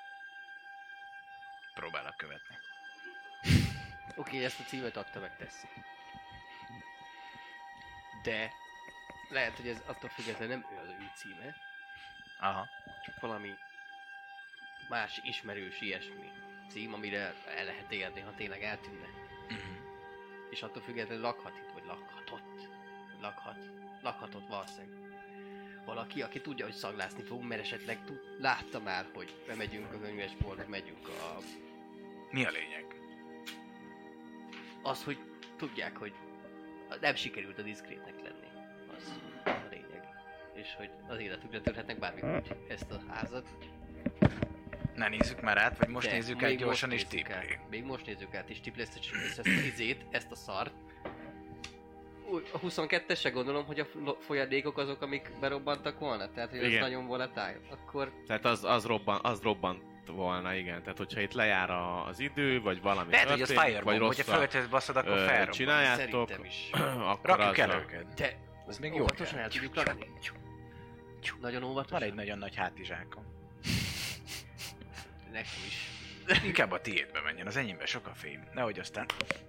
Próbálok követni. Oké, okay, ezt a címet adta meg Tessie. De lehet, hogy ez attól függetlenül nem ő az ő címe. Aha. Csak valami más ismerős ilyesmi cím, amire el lehet érni, ha tényleg eltűnne. Uh-huh. És attól függetlenül lakhat itt, vagy lakhatott. Lakhat. Lakhatott valószínűleg. Valaki, aki tudja, hogy szaglászni fogunk, mert esetleg tud, látta már, hogy bemegyünk a könyvesboltba, megyünk a... Mi a lényeg? Az, hogy tudják, hogy nem sikerült a diszkrétnek lenni. Az a lényeg. És hogy az életükre törhetnek bármikor ezt a házat. Ne nézzük már át, vagy most de nézzük át gyorsan és tipli. Még most nézzük át és tipli ezt, ezt, ezt a izét, ezt a szart. A huszonkettesre gondolom, hogy a folyadékok azok, amik berobbantak volna, tehát hogy igen. Az nagyon volatile, akkor... Tehát az, az, robban, az robbant volna, igen, tehát hogyha itt lejár a, az idő, vagy valami lehet, történik, hogy az firebomb, vagy hogyha földhez baszod, akkor felrobban. Csináljátok, akkor rakjuk el őket. De ez még jó. Óvatosan el tudjuk rakni. Nagyon óvatosan. Van egy nagyon nagy hátizsákom. Nekem is. Inkább a tiédbe menjen, az enyémben sok a fém. Nehogy aztán...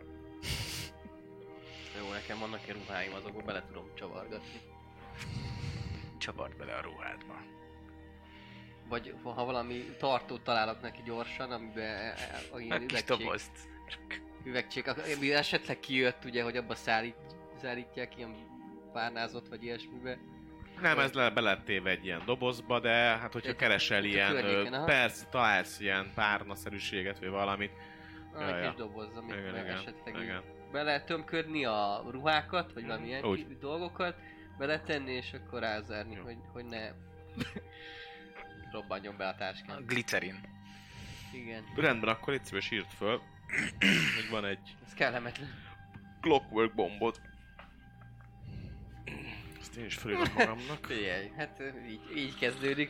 Jó, nekem vannak egy ruháim, azokból bele tudom csavargatni. Csapart bele a ruhádba. Vagy ha valami tartót találok neki gyorsan, amiben a ilyen üvegcsék... Üvegcsék, ami esetleg kijött ugye, hogy abba szállít, szállítják ilyen párnázott vagy ilyesmibe. Nem, ez le, be lett téve egy ilyen dobozba, de hát hogyha keresel ilyen, persze találsz ilyen párnaszerűséget vagy valamit. Ah, egy kis doboz, amit esetleg igen. Bele tömködni a ruhákat, vagy valami ilyen úgy. Dolgokat, beletenni és akkor rázárni, hogy, hogy ne robbanjon be a táskán. A glicerin. Igen. Rendben, akkor itt szíves írt föl, hogy van egy... Ez kellemetlen. Clockwork bombot. Ezt én is felírom magamnak. Figyelj, hát így, így kezdődik.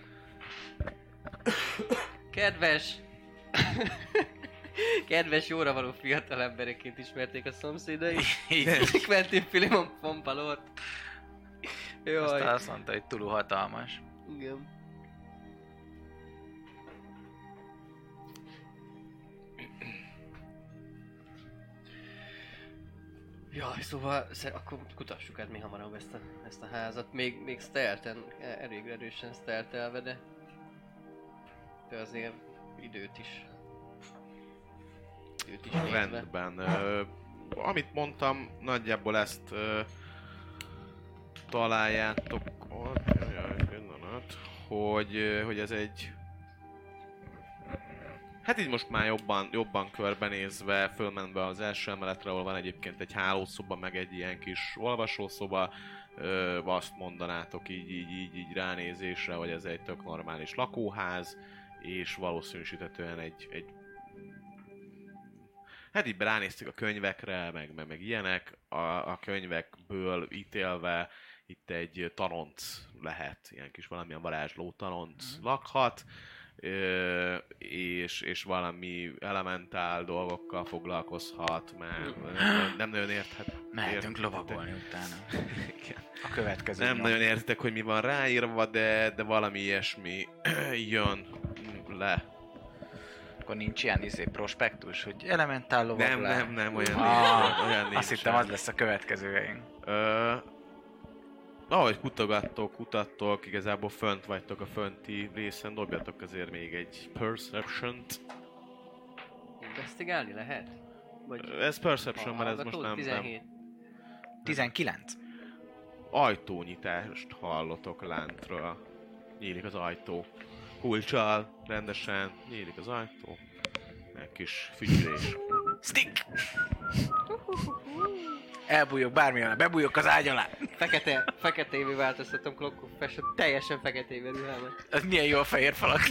Kedves! Kedves, jóra való fiatal embereként ismerték a szomszédai. Quentin Filimon Pompalort. Aztán azt mondta, hogy túl hatalmas. Igen. Jaj, szóval akkor kutassuk át mi hamarabb ezt a, ezt a házat. Még, még stealthen, elég erősen stealthelve, de... De azért időt is... Időt is rendben. Ö, amit mondtam, nagyjából ezt ö, találjátok ott, jaj, pillanat, hogy, hogy ez egy... Hát így most már jobban, jobban körbenézve, fölmenve az első emeletre, ahol van egyébként egy hálószoba, meg egy ilyen kis olvasószoba, ö, azt mondanátok így, így, így, így ránézésre, hogy ez egy tök normális lakóház, és valószínűsítetően egy, egy hát így ránéztük a könyvekre, meg, meg, meg ilyenek, a, a könyvekből ítélve itt egy taronc lehet, ilyen kis valamilyen varázsló taronc mm. lakhat, Ö, és, és valami elementál dolgokkal foglalkozhat, mert nem, nem nagyon érthet. Mehetünk lovagolni utána. A következő Nem nyom. nagyon értitek, hogy mi van ráírva, de, de valami ilyesmi jön le. Akkor nincs ilyen izé prospektus, hogy elementál lovaglás. Nem, nem, nem, olyan Ah, nincs. Olyan nincs. azt hittem, az lesz a következő helyünk. Ö, ahogy kutogattok, kutattok, igazából fönt vagytok a fönti részen, dobjatok azért még egy Perception-t. Investigálni lehet? Vagy Ez Perception, mert ez most nem, nem. tizenhét. tizenkilenc. Ajtónyitást hallotok lentről. Nyílik az ajtó. Kulccsal, rendesen, nyílik az ajtó. Egy kis fügyülés. Stick! Elbújok bármilyen, bebújok az ágy alá. Fekete, feketévé változtatom Clock of Fashion, teljesen feketévé ruhámat. Ez milyen jó a fehér falak.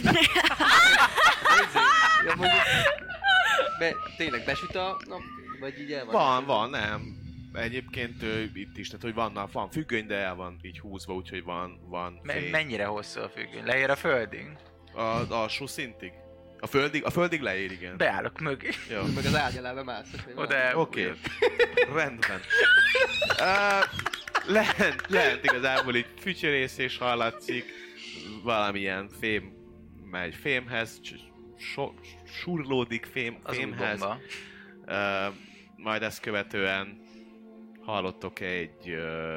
Ja, mondjuk, be, tényleg besüt a nap, vagy így el van? Van, van, nem. Egyébként ő, itt is, tehát hogy vannak, van függöny, de el van így húzva, úgyhogy van, van Me- fény. mennyire hosszú a függöny? Leér a földig? Az alsó szintig? A földig, a földig leér, igen. Beállok mögé. Jó. Meg az ágy alá bemászok. vagy Oda valami. Oké. Okay. Rendben. Uh, lent, lent igazából így fütyörészés hallatszik. Valamilyen fém megy fémhez. So, surlódik fém, Az új fémhez. bomba. Uh, majd ezt követően hallottok egy uh,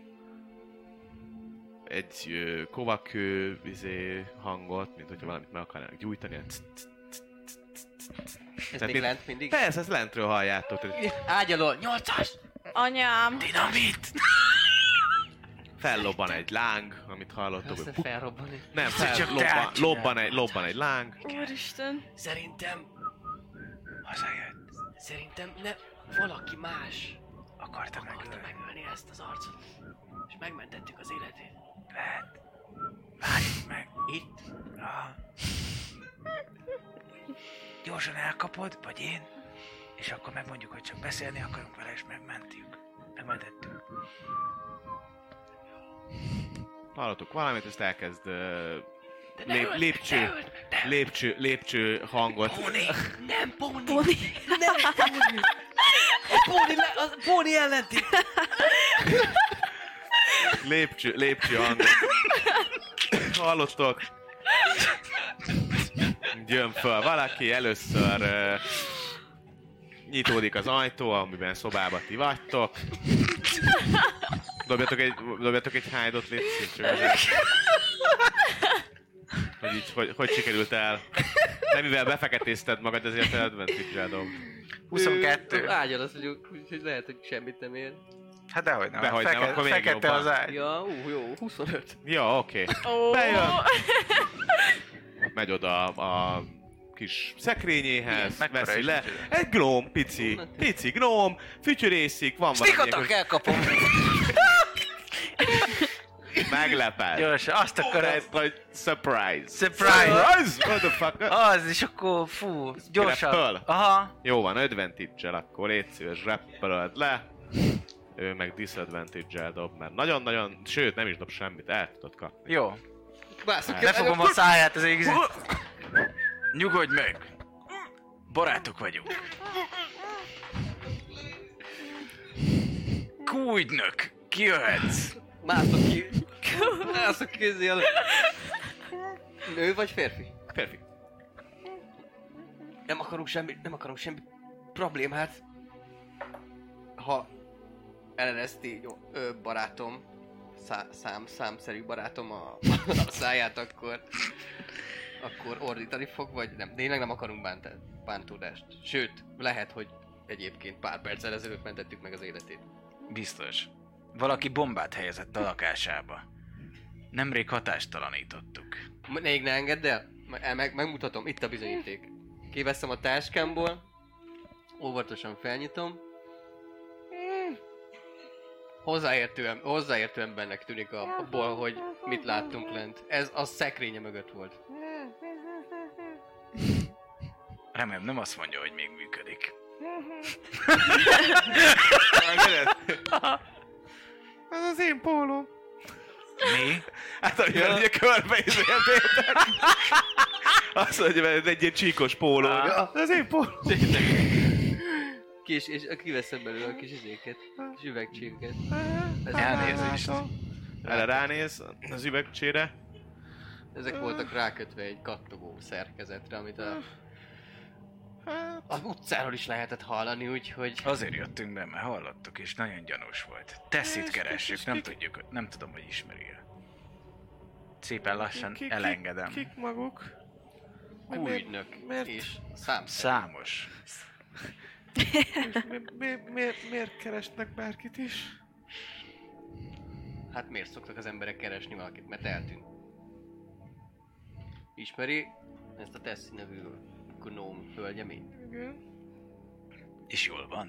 egy uh, kovakő izé, hangot, mint hogyha valamit meg akarnának gyújtani. Ez Tehát még mint- lent mindig? Persze, ezt lentről halljátok. Tehát Ágy alól, nyolcas! Anyám! Dinamit! fellobban egy láng, amit hallottok. Össze hogy felrobbani. Nem, Ezt csak fel, te lobban, csinálod. lobban, egy, lobban egy láng. Úristen! Szerintem, Hazajött. szerintem ne, valaki más Akarta akarta megölni. megölni ezt az arcot. És megmentettük az életét. Lehet. Várjuk meg. Itt? Aha. Gyorsan elkapod, vagy én, és akkor megmondjuk, hogy csak beszélni akarunk vele, és megmentjük. Megmentettük. Hallottok valamit, ezt elkezd uh, De ne lép, öld, lépcső, ne öld, ne öld. lépcső, lépcső hangot. Póni! Nem, Póni! Poni! Nem, Póni! A Póni, le, a Póni ellenti! Lépcső, lépcső hangot. Hallottok? Jön föl valaki, először uh, nyitódik az ajtó, amiben szobába ti vagytok. Dobjatok egy, dobjatok egy hide-ot, légy szíves, csak azért. Hogy így, hogy, hogy sikerült el? Nem, mivel befeketézted magad, ezért advantage-rel dob. huszonkettő. Ágyal azt mondjuk, úgyhogy lehet, hogy semmit nem ér. Hát dehogy nem. Dehogy nem, Feke- akkor még fekete jobban. az ágy. Ja, ú, jó, huszonöt. Jó, oké. Ó! Bejön. Megy oda a kis szekrényéhez, mekkora veszi is le. fütyöl? Egy gnóm, pici, pici gnóm, fütyörészik, van Stikatak, valami, elkapom! meglepett. Gyorsan, azt akarom. Hogy, hogy surprise. Surprise! Surprise! Motherfucker! Az, és akkor fú, gyorsan. föl. Aha. Jó van, advantage-el, akkor légy szíves, rappeled le. Ő meg disadvantage-el dob, mert nagyon-nagyon, sőt nem is dob semmit, el tudod kapni. Jó. Bászok, Lefogom a száját az égzét. Nyugodj meg! Barátok vagyunk. Kúgynök! Kijöhetsz! Mászok ki. Mászok közé alá. Nő vagy férfi? Férfi. Nem akarunk semmi, nem akarunk semmi problémát. Ha ellenezti jó, ö, barátom, szá, szám, számszerű barátom a, a száját, akkor akkor ordítani fog, vagy nem. Tényleg nem akarunk bántá, bántódást. Sőt, lehet, hogy egyébként pár perccel ezelőtt mentettük meg az életét. Biztos. Valaki bombát helyezett a lakásába. Nemrég hatástalanítottuk. Még ne engedd el? Meg, meg, megmutatom, itt a bizonyíték. Kiveszem a táskámból, óvatosan felnyitom. Hozzáértően, hozzáértően bennek tűnik a- abból, hogy mit láttunk lent. Ez a szekrénye mögött volt. Remélem nem azt mondja, hogy még működik. Ez az én pólóm. Mi? Hát amivel ugye körbe izéltétek. Azt mondja, hogy ez egy ilyen csíkos póló. Ja, ez az én pólóm. Kis, és kiveszem belőle a kis izéket, kis üvegcséket. Ez- Elnézést. Erre ránéz az üvegcsére. Ezek voltak rákötve egy kattogó szerkezetre, amit a Hát... Az utcáról is lehetett hallani, úgyhogy... Azért jöttünk be, mert hallottuk, és nagyon gyanús volt. Tesszit És keressük, kik- nem kik- tudjuk, nem tudom, hogy ismeri-e. Szépen lassan Kik- kik- elengedem. Kik maguk? Mi- Újügynök miért- és számszerű. Számos. És mi, mi, miért, miért keresnek bárkit is? Hát miért szoktak az emberek keresni valakit? Mert eltűnt. Ismeri ezt a Tessie nevű gnóm hölgyeményt? Igen. És jól van.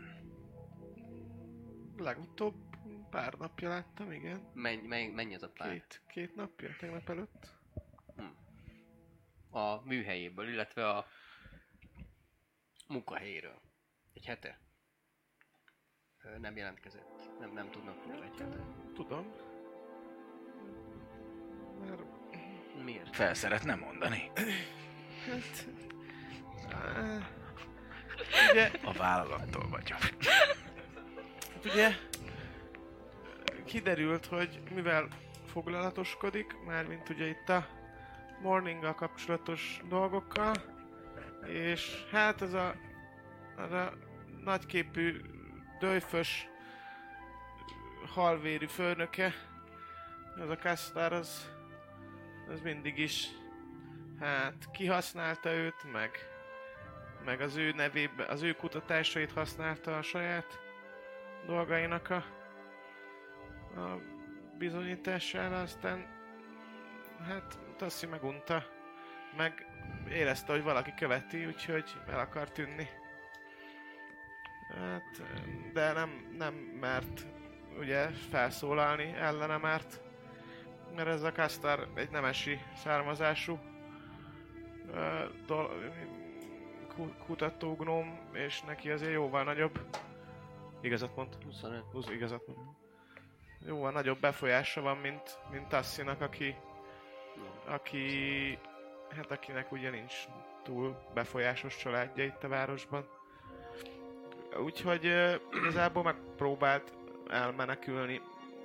Legutóbb pár napja láttam, igen. Menj, menj, menj ez a pár. Két, két napja, tegnap előtt. A műhelyéből, illetve a munkahelyéről. Egy hete. Ö, Nem jelentkezett. Nem, nem tudnak róla egy hete. Tudom. Mert... Miért? Fel szeretne mondani. Hát... á, ugye... A vállalattól vagyok. Hát ugye... Kiderült, hogy mivel foglalatoskodik, mármint ugye itt a morninggal kapcsolatos dolgokkal, és hát ez a, ez a nagyképű, döjfös, halvérű főnöke, ez a Kasztár, az, az mindig is, hát kihasználta őt, meg, meg az ő nevébe, az ő kutatásait használta a saját dolgainak a, a bizonyítására, aztán hát Tassi megunta, meg érezte, hogy valaki követi, úgyhogy el akar tűnni. Hát, de nem, nem mert ugye felszólalni ellene, mert mert ez a Kasztár egy nemesi származású uh, dol- ku- kutatógnóm, és neki azért jóval nagyobb, igazat mond? huszonöt. Húsz, igazat mond. Jóval nagyobb befolyása van, mint, mint Tassinak, aki aki, hát akinek ugye nincs túl befolyásos családja itt a városban. Úgyhogy uh, igazából megpróbált elmenekülni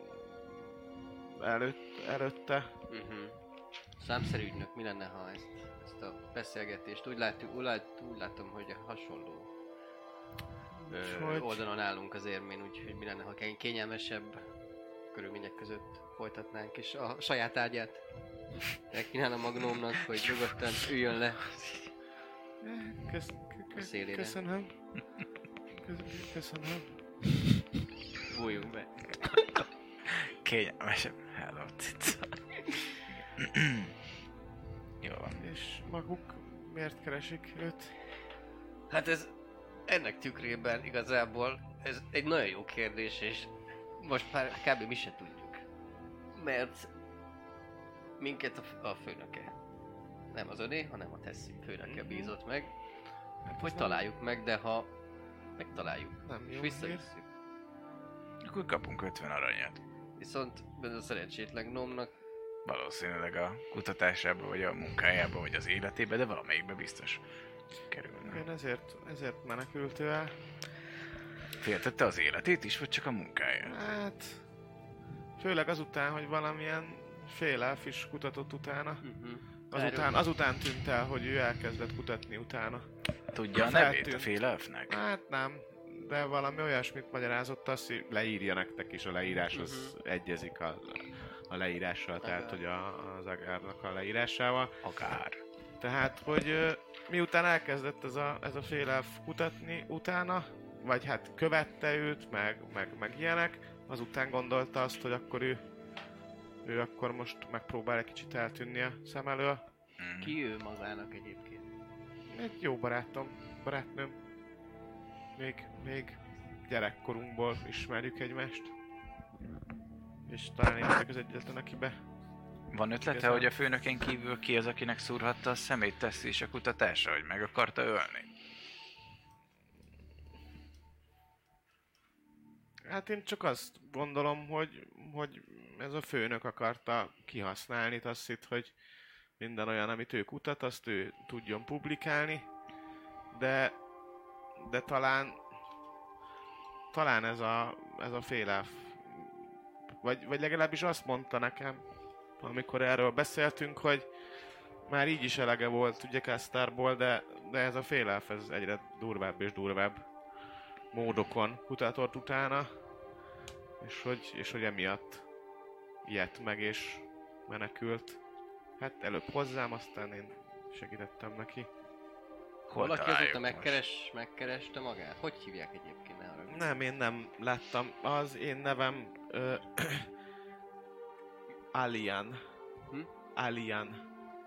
előtt, előtte. Uh-huh. Számszerű ügynök, mi lenne, ha ezt, ezt a beszélgetést úgy, látjuk, úgy, lát, úgy látom, hogy hasonló ö, Hogy? oldalon állunk az érmén, úgyhogy mi lenne, ha kény- kényelmesebb körülmények között folytatnánk, és a saját ágyát megkínálom a gnómnak, hogy nyugodtan üljön le. Kösz, A kö, szélére. köszönöm. Kösz, köszönöm. Bújjunk be. Kényelmesebb. Hello, cica. Jó van. És maguk miért keresik őt? Hát ez ennek tükrében igazából ez egy nagyon jó kérdés, és most már kb. Mi se tudjuk. Mert minket a, a főnöke, nem az öné, hanem a Tessie főnöke bízott meg, Hát hogy ez találjuk meg, de ha megtaláljuk, Nem, nem és jó visszavisszük. Akkor kapunk ötven aranyat. Viszont ez a szerencsétlen gnómnak Valószínűleg a kutatásába, vagy a munkájába, vagy az életébe, de valamelyikbe biztos kerülne. Igen, ezért, ezért menekült ő el. Féltette az életét is, vagy csak a munkáját? Hát... Főleg azután, hogy valamilyen félelf is kutatott utána. uh-huh. Azután, azután tűnt el, hogy ő elkezdett kutatni utána. Tudja a nevét a Feltűnt. félelfnek? Hát nem, de valami olyasmit magyarázott, azt hogy leírja nektek is, a leíráshoz Mhm. egyezik a, a leírással, tehát Agár. hogy a, az agárnak a leírásával. Akár. Tehát, hogy ö, miután elkezdett ez a, ez a félelf kutatni utána, vagy hát követte őt, meg, meg, meg ilyenek, azután gondolta azt, hogy akkor ő, ő akkor most megpróbál egy kicsit eltűnni a szem elől. Mm. Ki ő magának egyébként? Egy jó barátom, barátnőm. Még, még gyerekkorunkból ismerjük egymást. És talán én vagyok az egyetlen, aki be. Van ötlete, Igazán. hogy a főnökén kívül ki az, akinek szúrhatta a szemét teszi is a kutatásra, hogy meg akarta ölni? Hát én csak azt gondolom, hogy, hogy ez a főnök akarta kihasználni Tassit, hogy minden olyan, amit ő kutat, azt ő tudjon publikálni. De, de talán, talán ez a, ez a félelf, vagy, vagy legalábbis azt mondta nekem, amikor erről beszéltünk, hogy már így is elege volt ugye Kasztárból, de, de ez a félelf ez egyre durvább és durvább módokon kutatott utána, és hogy, és hogy emiatt ijedt meg és menekült. Hát előbb hozzám, aztán én segítettem neki. Hol Valaki találjuk azóta most? megkeres, megkereste magát? Hogy hívják egyébként? Ne arra Nem, én nem láttam. Az én nevem ö, Alian. Hm? Alian.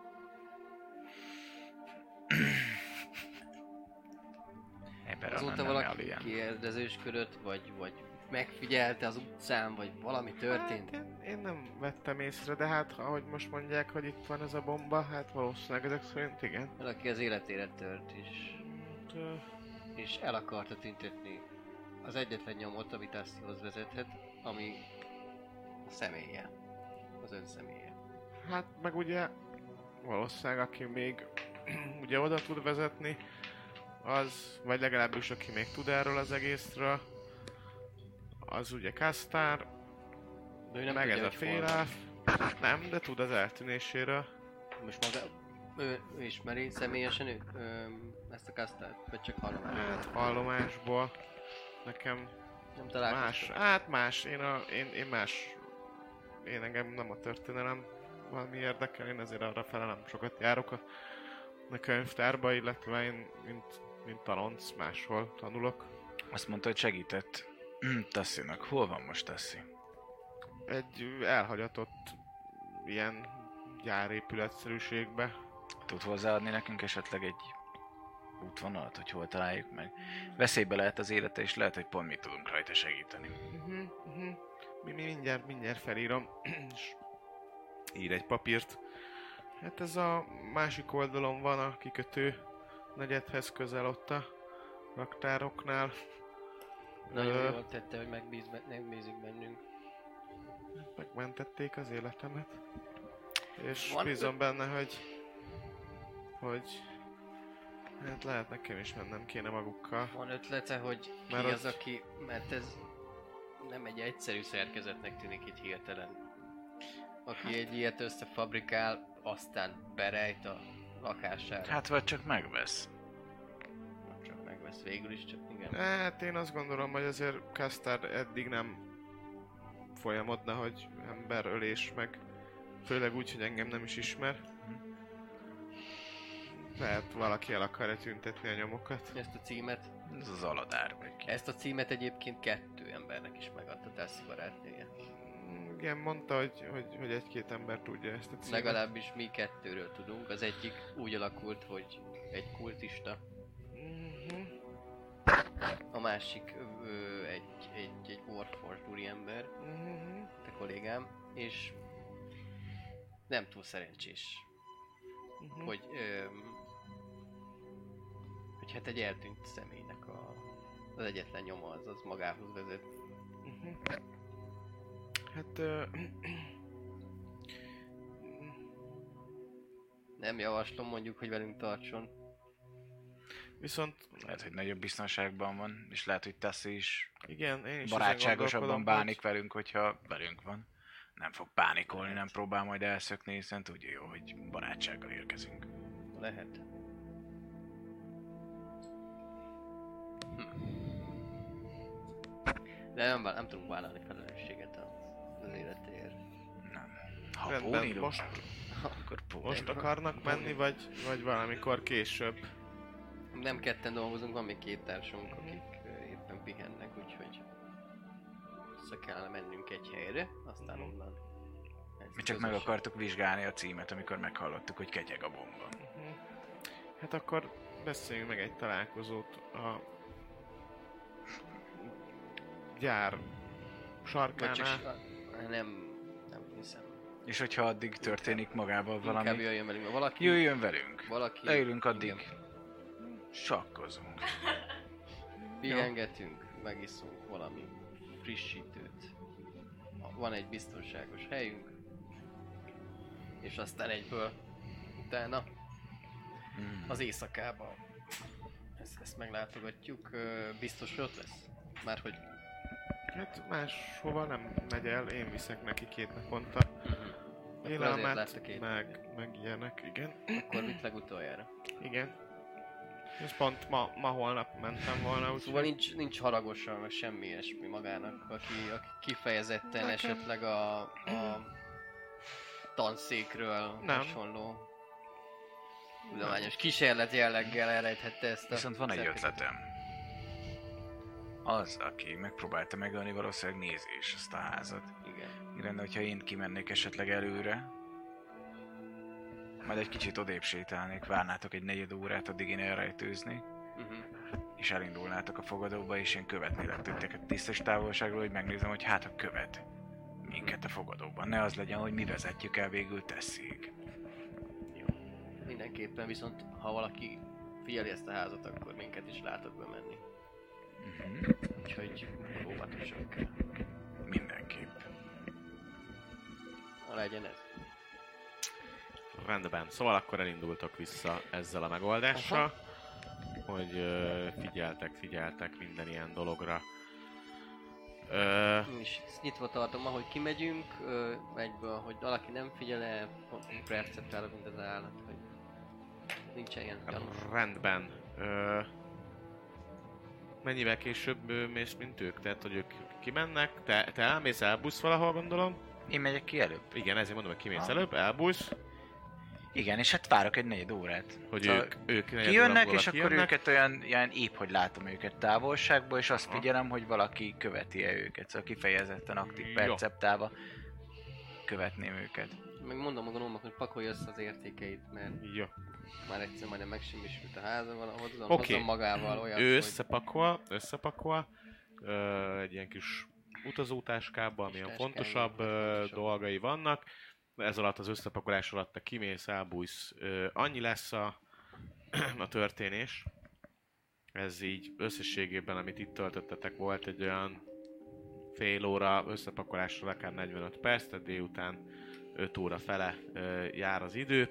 Eberron Azóta nem valaki Alien. kérdezősködött, vagy, vagy megfigyelte az utcán, vagy valami történt? Hát én, én nem vettem észre, de hát ahogy most mondják, hogy itt van ez a bomba, hát valószínűleg ezek szerint igen. Valaki az életére tört, és, Hát, ö, és el akarta tüntetni az egyetlen nyomot, amit Tassihoz vezethet, ami a személye. Az ön személye. hát meg ugye valószínűleg aki még ugye oda tud vezetni, az, vagy legalábbis aki még tud erről az egészről, az ugye Kastár, De ő nem meg tudja, ez a hogy hol van. félelf. Nem, de tud az eltűnéséről. Most maga... Ő, ő ismeri személyesen ő, ö, ezt a Kastát? Vagy csak hallom? Hát hallomásból nekem Nem találkoztam. más, hát más, én, a, én, én más, én engem nem a történelem valami érdekel, én ezért arra fele nem sokat járok a, a könyvtárba, illetve én, mint, mint tanonc, máshol tanulok. Azt mondta, hogy segített Tassinak. Hol van most Tassi? Egy elhagyatott ilyen gyárépületszerűségbe. Tud hozzáadni nekünk esetleg egy útvonalat, hogy hol találjuk meg? Veszélybe lehet az élete, és lehet, hogy pont mi tudunk rajta segíteni. Uh-huh, uh-huh. Mi, mi mindjárt, mindjárt felírom, és ír egy papírt. Hát ez a másik oldalon van a kikötő negyedhez közel ott a raktároknál. Nagyon Ö, jól tette, hogy megbíz, megbízik bennünk. Megmentették az életemet. És Van bízom benne, hogy... hogy... Hát lehet nekem is mennem kéne magukkal. Van ötlete, hogy ki Mert az, ott- aki... Mert ez nem egy egyszerű szerkezetnek tűnik itt hirtelen. Aki egy ilyet összefabrikál, aztán berejt a lakására. Hát vagy csak megvesz. Csak megvesz végül is, csak igen. Hát én azt gondolom, hogy azért Kastár eddig nem folyamodna, hogy emberölés, meg főleg úgy, hogy engem nem is ismer. Lehet valaki el akarja tüntetni a nyomokat. Ezt a címet, Ez az Aladár vagy ki. ezt a címet egyébként kettő embernek is megadta Tassi barátnője. Mm, Igen, mondta, hogy, hogy, hogy egy-két ember tudja ezt a címet. Legalábbis mi kettőről tudunk. Az egyik úgy alakult, hogy egy kultista. Mhm. A másik ö, egy, egy, egy Warforged úriember, Mhm. te kollégám, és nem túl szerencsés, Mhm. hogy, ö, hogy hát egy eltűnt személynek a, az egyetlen nyoma az, az magához vezet. Mhm. Hát... Ö... Nem javaslom mondjuk, hogy velünk tartson. Viszont Lehet, hogy nagyobb biztonságban van, és lehet, hogy Tassi is igen, én is barátságosabban ezen bánik velünk, hogyha velünk van. Nem fog pánikolni, nem próbál majd elszökni, hiszen tudja jó, hogy barátsággal érkezünk. Lehet. Hm. De nem, nem tudunk vállalni felelősséget az életéért. Nem. Ha Rendben, pónilunk, most, akkor most pónilunk. akarnak menni, vagy, vagy valamikor később? Nem ketten dolgozunk, van még két társunk, akik ö, éppen pihennek, úgyhogy vissza kellene mennünk egy helyre, aztán onnan. ezt Mi csak meg közösen- akartuk vizsgálni a címet, amikor meghallottuk, hogy ketyeg a bomba. Mhm. Hát akkor beszéljünk meg egy találkozót a gyár Vagy sarkánál. csak s- nem, nem hiszem. És hogyha addig történik magával Inkább valami, jöjjön velünk, mert valaki... jöjjön velünk. Valaki... Leülünk addig, Igen. sakkozunk. Pihengetünk, megiszunk valami frissítőt. Van egy biztonságos helyünk. És aztán egyből utána Mm. az éjszakába ezt, ezt meglátogatjuk. Ö, Biztos, hogy ott lesz? Márhogy... Hát máshova nem megy el, én viszek neki két naponta Akkor azért élelmet, látta két meg, meg ilyenek, igen. Akkor mit legutoljára? Igen. Ez pont ma, ma holnap mentem volna, úgyhogy... Szóval nincs, nincs haragosan, meg semmi ilyesmi magának, aki, aki kifejezetten Nekem. esetleg a, a tanszékről Nem. hasonló tudományos kísérlet jelleggel elrejthette ezt a... Viszont van egy szerkezetet. ötletem. Az, aki megpróbálta megölni, valószínűleg nézi is ezt a házat. Igen. Mi lenne, hogyha én kimennék esetleg előre, majd egy kicsit odébb sétálnék, várnátok egy negyed órát, addig én elrejtőzni, Uh-huh. és elindulnátok a fogadóba, és én követnélek titeket tisztes távolságról, hogy megnézem, hogy hát a követ minket a fogadóban. Ne az legyen, hogy mi vezetjük el végül tesszék. Mindenképpen, viszont ha valaki figyeli ezt a házat, akkor minket is látod bemenni. Uh-huh. Úgyhogy óvatosak kell. Mindenképp. Ha legyen ez. Rendben, szóval akkor elindultok vissza ezzel a megoldással, Aha. hogy ö, figyeltek, figyeltek minden ilyen dologra. Ö, Én is nyitva tartom, ahogy kimegyünk, ö, egyből, hogy valaki nem figyel-e, perceptálok, mint az állat, hogy nincsen ilyen gyanús. rendben. Ö, mennyivel később ö, mész, mint ők? Tehát, hogy ők kimennek, te, te elmész, elbújsz valahol, gondolom? Én megyek ki előbb. Igen, ezért mondom, hogy kimész Ah. előbb, elbújsz, Igen, és hát várok egy negyed órát. hogy Szóval ők, ők negyed kijönnek, óra és múlva akkor kijönnek. őket olyan, olyan épp, hogy látom őket távolságból, és azt Aha. figyelem, hogy valaki követi-e őket. Szóval kifejezetten aktív Jó. perceptálva követném őket. Meg mondom a gnomnak, hogy pakolj össze az értékeit, mert Jó. már egyszer majdnem megsemmisült a háza valahogy, hozzon, Oké. hozzon magával olyat, Ő hogy... összepakol, összepakol ö, egy ilyen kis utazótáskába, amilyen Kis táskája, fontosabb ö, fontosabb. dolgai vannak. Ez alatt, az összepakolás alatt te kimész, elbújsz. Ö, annyi lesz a, a történés. Ez így összességében, amit itt töltöttetek, volt egy olyan fél óra összepakolással, akár negyvenöt perc, tehát délután öt óra fele ö, jár az idő.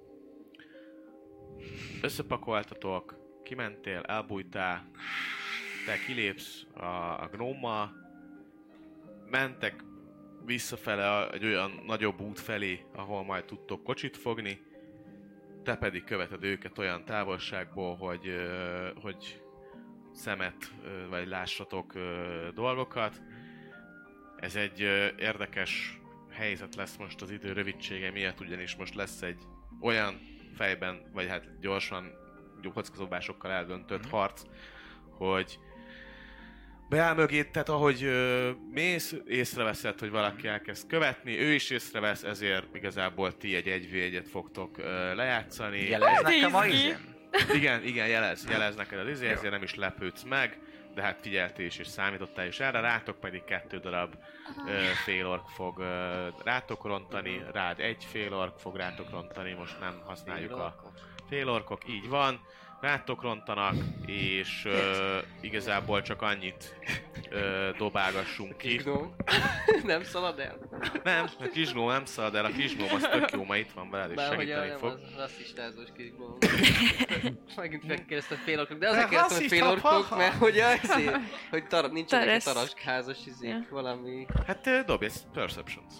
Összepakoltatok, kimentél, elbújtál, te kilépsz a, a gnómmal, mentek visszafele a- egy olyan nagyobb út felé, ahol majd tudtok kocsit fogni, te pedig követed őket olyan távolságból, hogy, ö, hogy szemet ö, vagy lássatok ö, dolgokat. Ez egy ö, érdekes helyzet lesz most az idő rövidsége miatt, ugyanis most lesz egy olyan fejben, vagy hát gyorsan kockazóbásokkal eldöntött Mhm. harc, hogy beáll mögé, tehát ahogy ö, mész, észreveszed, hogy valaki elkezd követni, ő is észrevesz, ezért igazából ti egy egy vé egyet fogtok ö, lejátszani. Jelez nekem a izgi. izém? Igen, igen, jelez, jelez neked az izé, ezért nem is lepődsz meg, de hát figyeltél is és számítottál is erre, rátok pedig kettő darab ö, félork fog ö, rátok rontani, rád egy félork fog rátok rontani, most nem használjuk a félorkok, így van, rátok rontanak, és ö, igazából csak annyit ö, dobálgassunk ki. Gnóm. Nem szalad el? Nem, a kisgnóm nem szalad el, a kisgnóm az tök jó, ma itt van veled és Bár hogy a, segíteni nem fog. az rasszistázós kis gnóm. Megint megkérdeztem félorkok, de azért De kérdeztem, hogy rasszista, félorkok, ha-ha. mert hogy, azért, hogy tar- nincsenek egy Tarasz. taraskázas izék, Ja. valami... Hát ö, dobj egy Perceptions.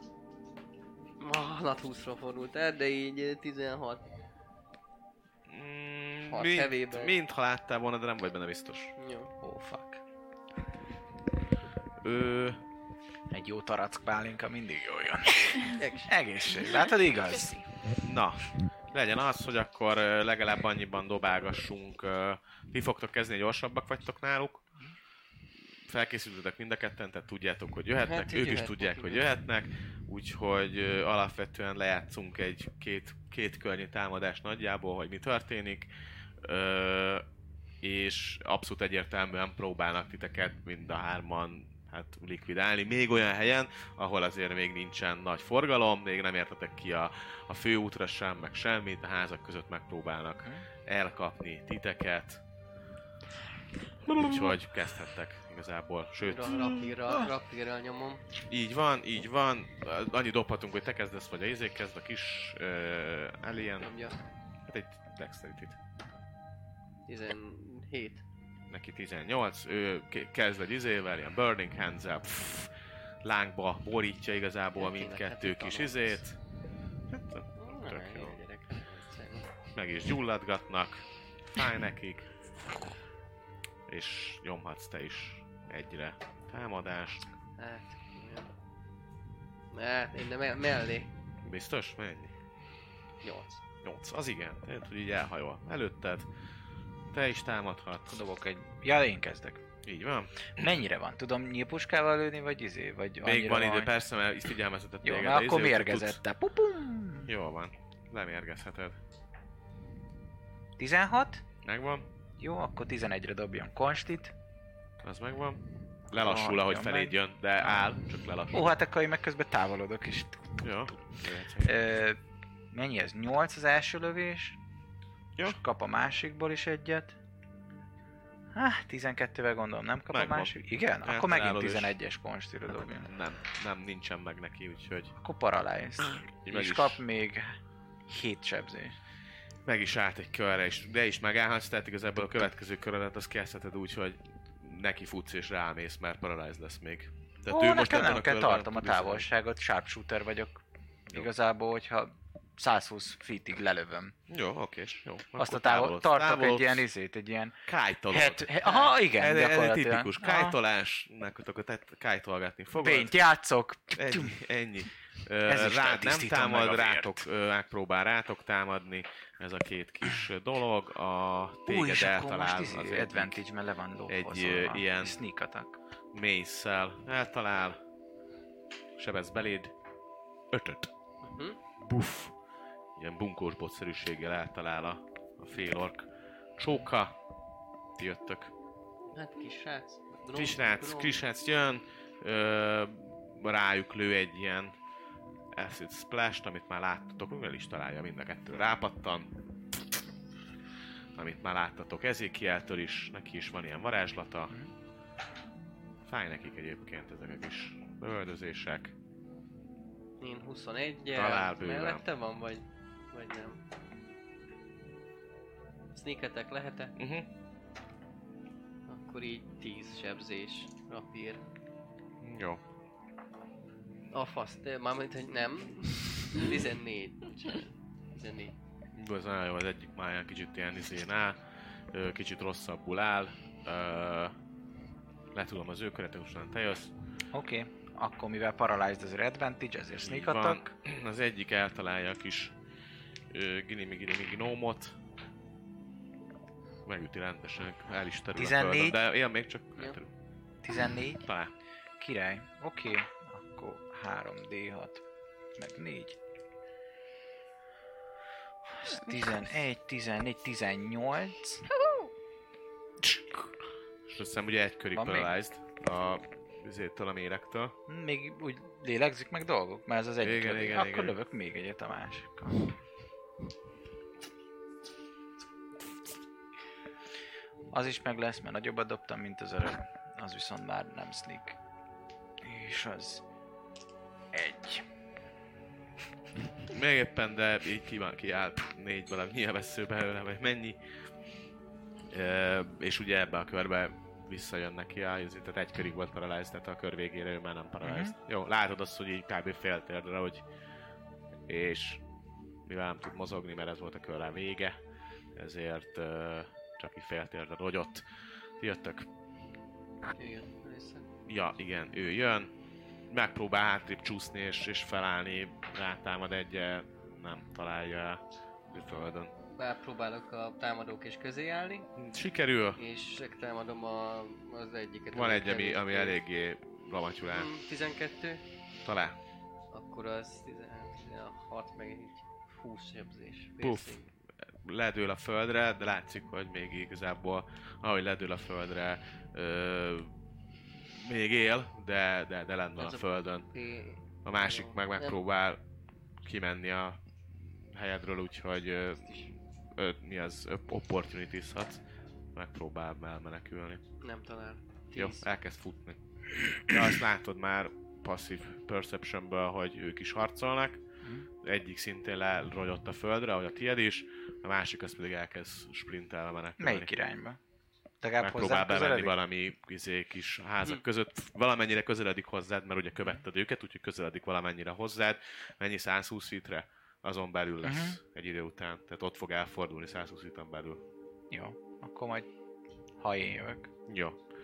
Ah, nat húszra fordult el, de így eh, tizenhat. Mm, Hat mint, hevében. mint ha láttál volna, de nem vagy benne biztos. Jó. Oh fuck. Ö, Egy jó tarack pálinka mindig jól jön. Egész. Egészség, látod igaz? na, legyen az, hogy akkor ö, legalább annyiban dobálgassunk. Ö, ti fogtok kezdeni, gyorsabbak vagytok náluk. Felkészültetek mind a ketten, tehát tudjátok, hogy jöhetnek, Hát, ők is jöhetnek, tudják, igen. hogy jöhetnek. Úgyhogy ö, alapvetően lejátszunk egy két, két környi támadás nagyjából, hogy mi történik. Ö, és abszolút egyértelműen próbálnak titeket mind a hárman hát likvidálni. Még olyan helyen, ahol azért még nincsen nagy forgalom, még nem értetek ki a, a főútra sem, meg semmit, a házak között megpróbálnak elkapni titeket. Úgyhogy kezdhettek igazából. Sőt, Ra- Rapírral, rapírral nyomom. így van, így van. Annyi dobhatunk, hogy te kezdesz, vagy a izék kezd, a kis uh, alien. Nyomja. Hát egy dexterity-t. tizenhét. Neki tizennyolc, ő ke- kezd egy izével, ilyen burning hands-el, pff, lángba borítja igazából Tényleg, mindkettő hát kis itt izét. Hát, Na, tök jó. gyerek, egyszerűen. Meg is gyulladgatnak. fáj nekik. És nyomhatsz te is egyre támadást. Hát, igen. Hát, én nem mellé. Biztos? Mennyi? Nyolc. nyolc. Az igen. Tehát, hogy így elhajol előtted. Te is támadhatsz. Dobok egy... Ja, én kezdek. Így van. Mennyire van? Tudom nyílpuskával lőni, vagy izé? Vagy Még van idő, hogy... persze, mert figyelmeztetett Jó, téged. na de akkor izé, mérgezette. Pupum! tudsz- Jól van. Lemérgezheted. tizenhat? Megvan. Jó, akkor tizenegyre dobjam konstit. Az megvan. Lelassul, Ah, ahogy jön feléd meg. jön, de áll, csak lelassul. Ó, hát akkor én meg közben távolodok is. Jó. Ö, mennyi ez? nyolc az első lövés. Jó. És kap a másikból is egyet. Há, tizenkettővel gondolom, nem kap Megvan. a másik? Igen? Akkor Eltalálod megint is. tizenegyes konstira dobjam. Nem, nem, nincsen meg neki, úgyhogy Akkor paralyzed. így meg És is, kap még hét sebzés. meg is állt egy körre, és de is megállhatsz, tehát igazából a következő körödet azt kezdheted úgy, hogy neki futsz és rámész, mert paralyzed lesz még. Ó, ő nekem ebben nem kell körben tartom a tud viszonylag- távolságot, sharpshooter vagyok. Jó. Igazából, hogyha százhúsz feetig lelövöm. Jó, okés, jó. Azt a Akkor távol, távolodsz. tartok Távolodsz, egy ilyen izét, egy ilyen... Kájtolod. Het, he, aha, igen, Ez, ez egy gyakorlatilag. tipikus Aha. kájtolásnak, akkor te kájtolgatni fogod. Bényt játszok. Ennyi, ennyi. Ez Ö, is Rád nem tisztítom meg támad, a vért. rátok, ö, megpróbál rátok támadni. Ez a két kis dolog. A Ú, téged és akkor eltalál most az izé, egyik advantage, mert le van dobva. egy, szóval ö, ilyen- Sneak attack. mészsel. Eltalál. Sebez beléd. Ötöt. Uh-huh. Buff. Ilyen bunkós botszerűséggel eltalál a, a félork. Csóka. Ti jöttök. Hát kis srác. Gnom, Kisrác, gnom. kisrác jön, ö, rájuk lő egy ilyen acid splash-t, amit már láttatok, mivel is találja mind a kettő rápattan. Amit már láttatok Ezekieltől is, neki is van ilyen varázslata. Fáj nekik egyébként ezek a kis lövöldözések. Én huszonegy. Talál bőven. Mellette van, vagy, vagy nem? Sneak attack lehet-e? Uh-huh. Akkor így tíz sebzés. Rapír. Jó. A fasz, de mármint, hogy nem. tizennégy. tizennégy. Ez nagyon jó, az egyik már ilyen kicsit ilyen izén áll, ö, kicsit rosszabbul áll. Ö, letudom az ő köret, most te jössz. Oké, okay. Akkor mivel paralyzed az advantage, ezért sneak Így van. attack. Az egyik eltalálja a kis ginimi-ginimi gnómot. Megüti rendesen, el is terül a tizennégy. földön, de ilyen még csak Ja. elterül. tizennégy. Talán. Király. Oké, okay. Akkor három dé hat, meg négy. Ez tizenegy, tizennégy, tizennyolc. És azt hiszem ugye egy körig Van még? paralyzed a vizétől, a méregtől. Hm, Még úgy lélegzik meg dolgok? Mert ez az egyik. Igen, körig. igen, Akkor igen. lövök még egyet a másikkal. Az is meg lesz, mert nagyobbat dobtam, mint az előbb. Az viszont már nem sneak. És az... Egy. Még éppen, de így ki van, kiállt négy valami nyilvessző belőle, vagy mennyi. E, és ugye ebbe a körbe visszajön neki a, tehát egy körig volt paralyzed, tehát a kör végére ő már nem paralyzed. Uh-huh. Jó, látod azt, hogy így kb. Fél térdre, hogy és mivel nem tud mozogni, mert ez volt a körre vége, ezért uh, csak így fél térdre rogyott. Ti jöttök. Igen, vissza. Ja, igen, ő jön. Megpróbál hátrébb csúszni és, és felállni, rátámad egyel, nem találja el a földön. Bárpróbálok a támadók és közé állni, Sikerül. és támadom a, az egyiket. Van egy, ami, kevésbé. ami eléggé lamatyulál. Hmm, tizenkettő, Talán. akkor az tizenhat, tizenhat meg így húsz sebzés. Puff. Piercing. Ledől a földre, de látszik, hogy még igazából, ahogy ledől a földre, ö, még él, de, de, de lent van Ez a a- földön. É, A másik meg Nem. megpróbál kimenni a helyedről, úgyhogy ö, ö, mi az, Op- opportunitieshatsz. Megpróbál elmenekülni. nem talál. Jó, tíz. elkezd futni. De azt látod már passzív perceptionből, hogy ők is harcolnak. Egyik szintén lerogyott a földre, ahogy a tiéd is, a másik az pedig elkezd sprintelve menekülni. Melyik irányba? Legalább Megpróbál hozzám bemenni közeledik? valami izé, kis házak között, valamennyire közeledik hozzád, mert ugye követted őket, úgyhogy közeledik valamennyire hozzád. Mennyi száz húsz feetre? Azon belül lesz Mhm. egy idő után, tehát ott fog elfordulni száz húsz feeten belül. Jó, akkor majd ha én jövök. Jó.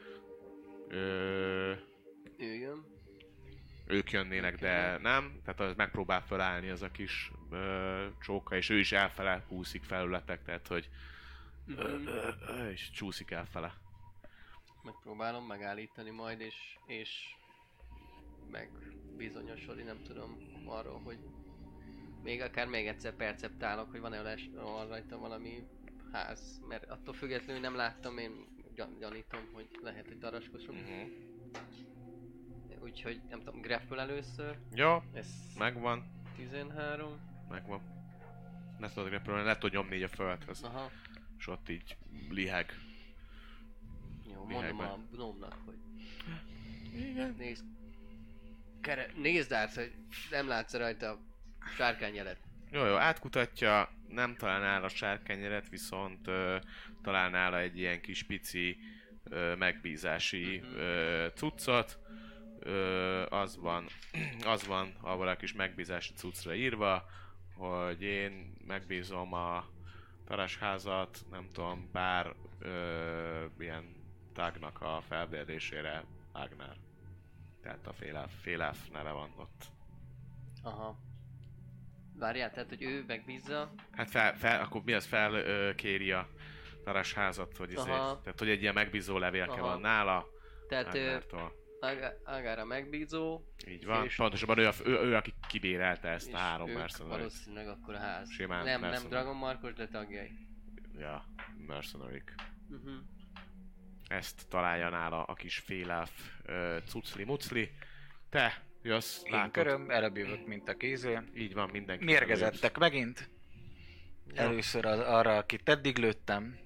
Ö... Ő jön. Ők jönnének, de nem. Tehát az megpróbál felállni az a kis ö, csóka, és ő is elfele húszik felületek, tehát hogy ö, ö, ö, és csúszik elfele. Megpróbálom megállítani majd, és, és megbizonyosodni, nem tudom arról, hogy még akár még egyszer perceptálok, hogy van-e les, van rajta valami ház, mert attól függetlenül nem láttam, én gyan, gyanítom, hogy lehet, hogy daraskosok. Uh-huh. Úgyhogy nem tudom, grapple először. Jó, Ez megvan, tizenhárom. megvan. Ne tudod grepülni, le tudod nyomni így a földhöz, Aha. és ott így liheg. Jó, Lihegben. mondom a gnomnak, hogy Igen. nézd, kere, nézd át, hogy nem látsz rajta a sárkányjelet. Jó, jó, átkutatja, nem talál nála sárkányeret, viszont ö, talál nála egy ilyen kis pici ö, megbízási ö, cuccot. Ö, az van, az van avval a kis megbízási cuccra írva, hogy én megbízom a Tarasházat, nem tudom, bár ö, ilyen tágnak a felbérlésére Ágnár. Tehát a féláf, féláf neve van ott. Aha. Várjál, tehát, hogy ő megbízza. Hát fel, fel akkor mi az felkéri a Tarasházat, hogy izé, Aha. tehát hogy egy ilyen megbízó levélke Aha. van nála. Tehát ő Ágnártól. Ag- Agára megbízó. Így van, és- pontosabban ő, a, ő, ő, aki kibérelte ezt És a három ők mercenary. valószínűleg akkor a ház. Simán nem, nem mercenary. Dragon Markos, de tagjai. Ja, mercenary. Uh-huh. Ezt találja nála a kis féláf uh, cucli-mucli. Te jössz, Én látod. köröm, előbb jövök, mint a kézé. Így van, mindenki. Mérgezettek megint. Ja. Először az, arra, akit eddig lőttem.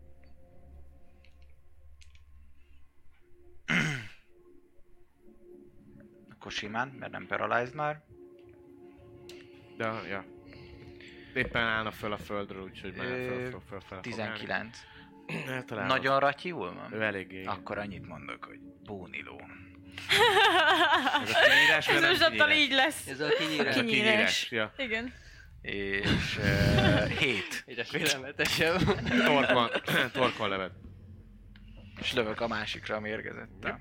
Akkor simán, mert nem paralyzed már. De, ja. Éppen állna föl a földről, úgyhogy már Ö, föl, föl, föl, föl tizenkilenc. Eltalálod. Nagyon ratyiul van? Ő eléggé. Akkor annyit mondok, hogy bóniló. Ez a kinyírás, vagy Ez nem most attól kinyírás? így lesz. Ez a kinyírás. Ez a Kinyírás. kinyírás. Ja. Igen. És uh, hét. Egyre félelmetesebb. Torkon, torkon leved. És lövök a másikra a mérgezettel.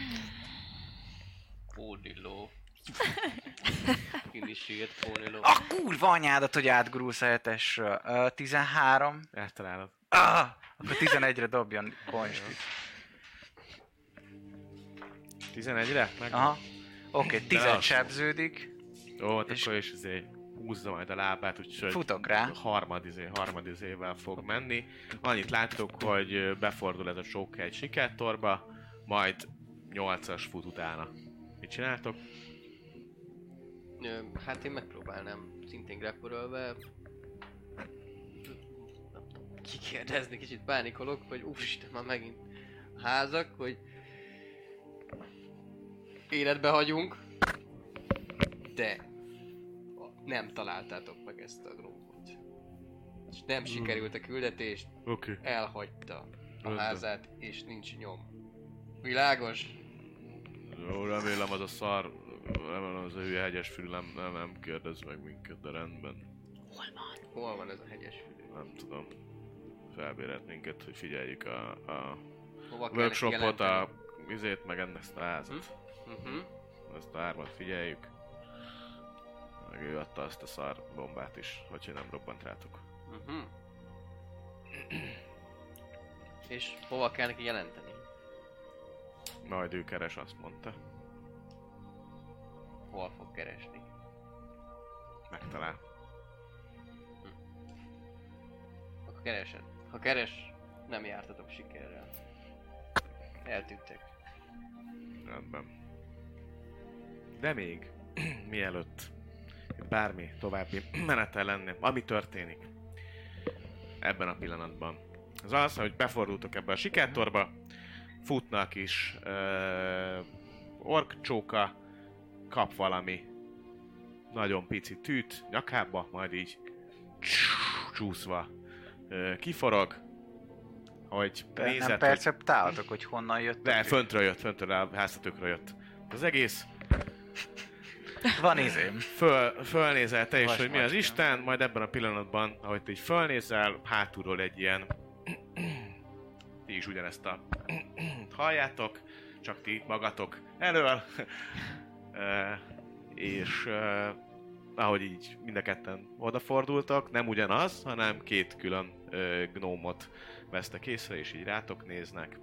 Póniló. Kindi sírt póniló. A kurva anyádat, hogy átgurulsz a hetesről. Uh, tizenhárom. Eltalálod. Ah, akkor tizenegyre dobjon konstit. tizenegyre? Meg. Aha. Oké, okay, tíz lassú. sebződik. Ó, hát És- akkor is izé húzza majd a lábát, úgyhogy Futok rá. harmad izé, harmad izével fog menni. Annyit láttok, hogy befordul ez a csóka egy sikertorba, majd nyolcas fut utána. Mit csináltok? Ö, Hát én megpróbálnám szintén grapple-ölve nem tudom, kikérdezni, kicsit pánikolok, hogy úristen, már megint házak, hogy életbe hagyunk, de nem találtátok meg ezt a grófot. És nem sikerült a küldetést, Oké. Okay. elhagyta a Rendben. házát, és nincs nyom. Világos? Jó, remélem az a szar, remélem az a hülye hegyes fül nem, nem, nem kérdez meg minket, de rendben. Hol van ez a hegyes fülű? Nem tudom. Felbérelt minket, hogy figyeljük a, a Hova kell workshopot, neki a vizét, meg ennek ezt a házat. Uh-huh. Ezt a hármat figyeljük. Meg ő adta azt a szar bombát is, hogyha nem robbant rátok. Uh-huh. És hova kell neki jelenteni? Majd ő keres, azt mondta. Hol fog keresni? Megtalál. Akkor keresed. Ha keres, nem jártatok sikerrel. Eltűntek. Rendben. De még, mielőtt bármi további menettel lenne, ami történik ebben a pillanatban, az az, hogy befordultok ebbe a sikertorba, futnak is uh, orkcsóka, kap valami nagyon pici tűt nyakába, majd így csúszva uh, kiforog, hogy De nem nézed, hogy... perceptáltok, hogy honnan jött. De föntről jött, föntről a háztetőkről jött. Az egész Van izém. föl, fölnézel te is, Vas hogy mi az macska. Isten, majd ebben a pillanatban, ahogy te így fölnézel, hátulról egy ilyen is ugyanezt a halljátok, csak ti magatok elől. uh, és uh, ahogy így mind a ketten odafordultak, nem ugyanaz, hanem két külön uh, gnómot vesztek észre, és így rátok néznek.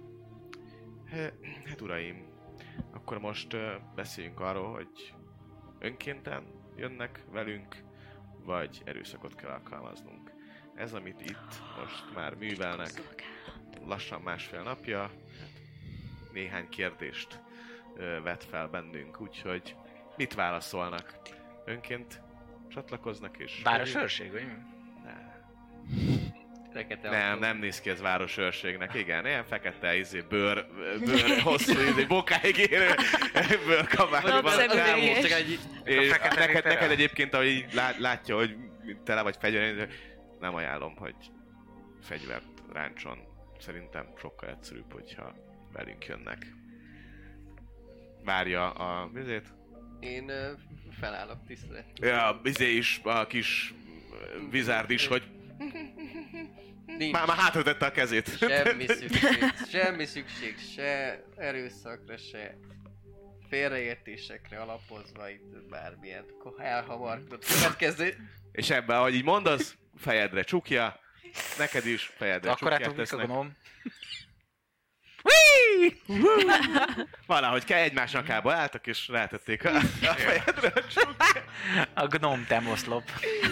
Hát uraim, akkor most uh, beszéljünk arról, hogy önkénten jönnek velünk, vagy erőszakot kell alkalmaznunk. Ez, amit itt most már művelnek lassan másfél napja, néhány kérdést uh, vet fel bennünk, úgyhogy mit válaszolnak? Önként csatlakoznak és... Város őrség, vagy mi? Fekete Nem, autó. nem néz ki ez városőrségnek, igen, ilyen fekete, izé, bőr, bőr, hosszú, izé, bokáig érő bőrkabátban. Nagyszerű elmúlt. és- És, és fekete neked, literál. neked egyébként, ahogy így lát, látja, hogy tele vagy fegyver, nem ajánlom, hogy fegyvert ráncson. Szerintem sokkal egyszerűbb, hogyha velünk jönnek. Várja a vizét. Én ö, felállok tisztelet. Ja, izé is, a kis vizárd is, hogy Nincs már, már hátratette a kezét. semmi szükség, semmi szükség, se erőszakra, se félreértésekre alapozva itt bármilyen elhamarkodott következő. És ebben, ahogy így mondasz, fejedre csukja, neked is fejedre Akkor csukját átugrik a tesznek. gnom. Valahogy kell egymás nyakába álltak, és rátették a, a fejedre a csukját. A gnom temoszlop.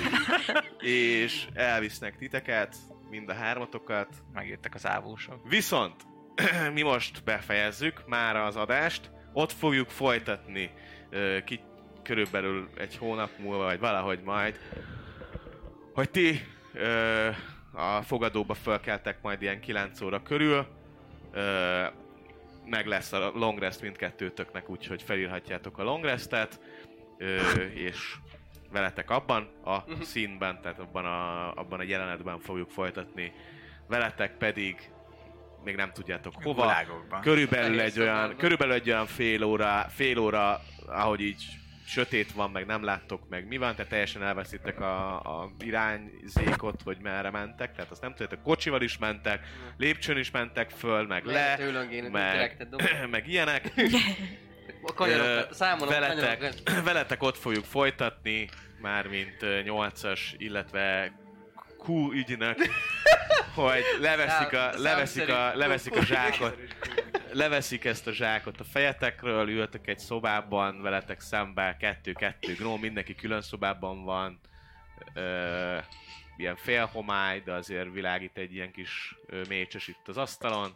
És elvisznek titeket, mind a hármatokat. Megjöttek az ávósok. Viszont mi most befejezzük már az adást, ott fogjuk folytatni ö, ki, körülbelül egy hónap múlva, vagy valahogy majd, hogy ti ö, a fogadóba fölkeltek majd ilyen kilenc óra körül, ö, meg lesz a long rest mindkettőtöknek, úgyhogy felírhatjátok a long restet, ö, és veletek abban a színben, tehát abban a, abban a jelenetben fogjuk folytatni, veletek pedig még nem tudjátok hova. Világokban. Körülbelül Egész egy olyan, szobában. körülbelül egy olyan fél óra, fél óra, ahogy így sötét van, meg nem láttok meg mi van, tehát teljesen elveszítek a, a irányzékot, hogy merre mentek, tehát azt nem tudjátok, kocsival is mentek, lépcsőn is mentek föl, meg Lehet le, őlöngének, meg, direktet dobok. meg ilyenek. A kanyarokat, Ö, számolom a veletek, kanyarokat. veletek ott fogjuk folytatni, mármint nyolcas, illetve Q ügynek, hogy leveszik a, Szám- leveszik a, számszerű leveszik a Q- zsákot, leveszik ezt a zsákot a fejetekről, ültök egy szobában, veletek szembe kettő-kettő gnóm, mindenki külön szobában van, ö, ilyen félhomály, de azért világít egy ilyen kis ö, mécses itt az asztalon,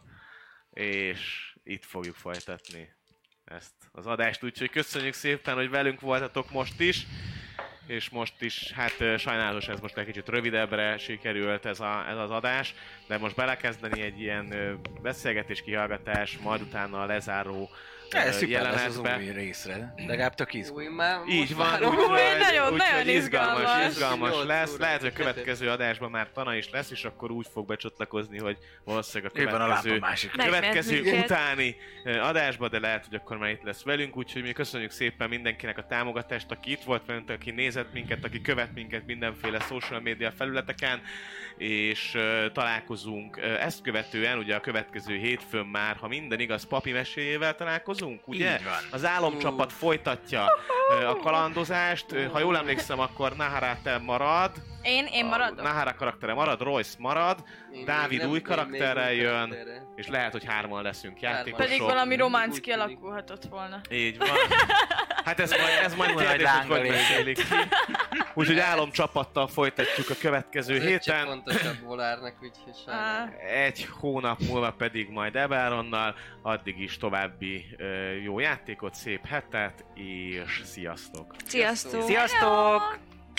és itt fogjuk folytatni ezt az adást, úgyhogy köszönjük szépen, hogy velünk voltatok most is, és most is, hát ö, sajnálatos, ez most egy kicsit rövidebbre sikerült ez, a, ez az adás, de most belekezdeni egy ilyen ö, beszélgetés, kihallgatás, majd utána a lezáró ö, Ez szuper lesz az jelenetbe. új részre. Legalább tök izgul. Új, már most Így van, várom. úgyhogy Új, nagyon- úgy, nagyon hogy izgalmas, izgalmas. izgalmas Nyolc lesz. óra. Lehet, hogy a következő adásban már Tana is lesz, és akkor úgy fog becsatlakozni, hogy valószínűleg a Ő van a lámpa következő, másik. Meg- következő minket. utáni ö, adásban, de lehet, hogy akkor már itt lesz velünk, úgyhogy mi köszönjük szépen mindenkinek a támogatást, aki itt volt velünk, aki nézett minket, aki követ minket mindenféle social media felületeken, és ö, találkozunk ö, ezt követően, ugye a következő hétfőn már, ha minden igaz, Papi meséjével találkozunk, ugye? Így van. Az álomcsapat folytatja ö, a kalandozást, Ö, ha jól emlékszem, akkor Naharate marad, Én, én maradok. a Nahara karaktere marad, Royce marad, Én Dávid még új nem- karakterrel még új jön. karakterrel. és lehet, hogy hárman leszünk Hárman. játékosok. Pedig valami románc Úgy tűnik. kialakulhatott volna. Így van. Hát ez majd, ez majd Nagy kérdés, hogy lánga hogy légett. beszélik ki. Úgyhogy álomcsapattal folytatjuk a következő Ez egy csak héten. fontosabb volárnak, úgyhogy sajnálom. Á, Egy hónap múlva pedig majd Eberonnal, addig is további ö, jó játékot, szép hetet, és sziasztok! Sziasztok! Sziasztok!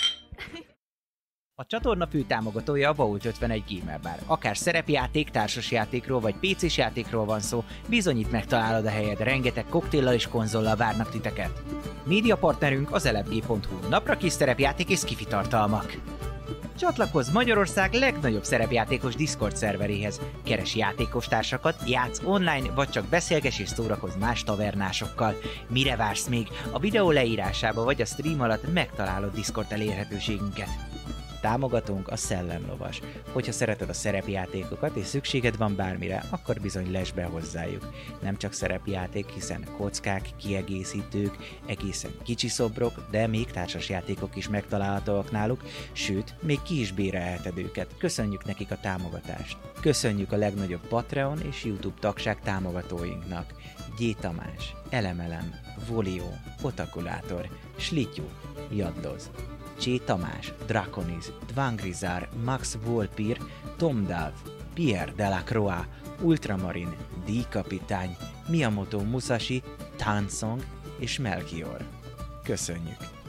A csatorna fő támogatója a Vault ötvenegy Gamer Bar. Akár szerepjáték, társasjátékról vagy pé cés játékról van szó, bizonyít megtalálod a helyed, rengeteg koktéllal és konzollal várnak titeket. Média partnerünk az elefg pont hu, napra kis szerepjáték és skifi tartalmak. Csatlakozz Magyarország legnagyobb szerepjátékos Discord szerveréhez. Keres játékostársakat, játsz online, vagy csak beszélges és szórakozz más tavernásokkal. Mire vársz még? A videó leírásába vagy a stream alatt megtalálod Discord elérhetőségünket. támogatónk a Szellemlovas. Hogyha szereted a szerepjátékokat és szükséged van bármire, akkor bizony lesz be hozzájuk. Nem csak szerepjáték, hiszen kockák, kiegészítők, egészen kicsi szobrok, de még társasjátékok is megtalálhatóak náluk, sőt, még ki is bérelheted őket. Köszönjük nekik a támogatást. Köszönjük a legnagyobb Patreon és YouTube tagság támogatóinknak. G. Tamás, Elemelem, Volio, Otakulátor, Slityu, Jadloz, Csé Tamás, Draconiz, Dvangrizár, Max Volpir, Tomdav, Pierre Delacroix, Ultramarin, D. Kapitány, Miyamoto Musashi, Tansong és Melchior. Köszönjük!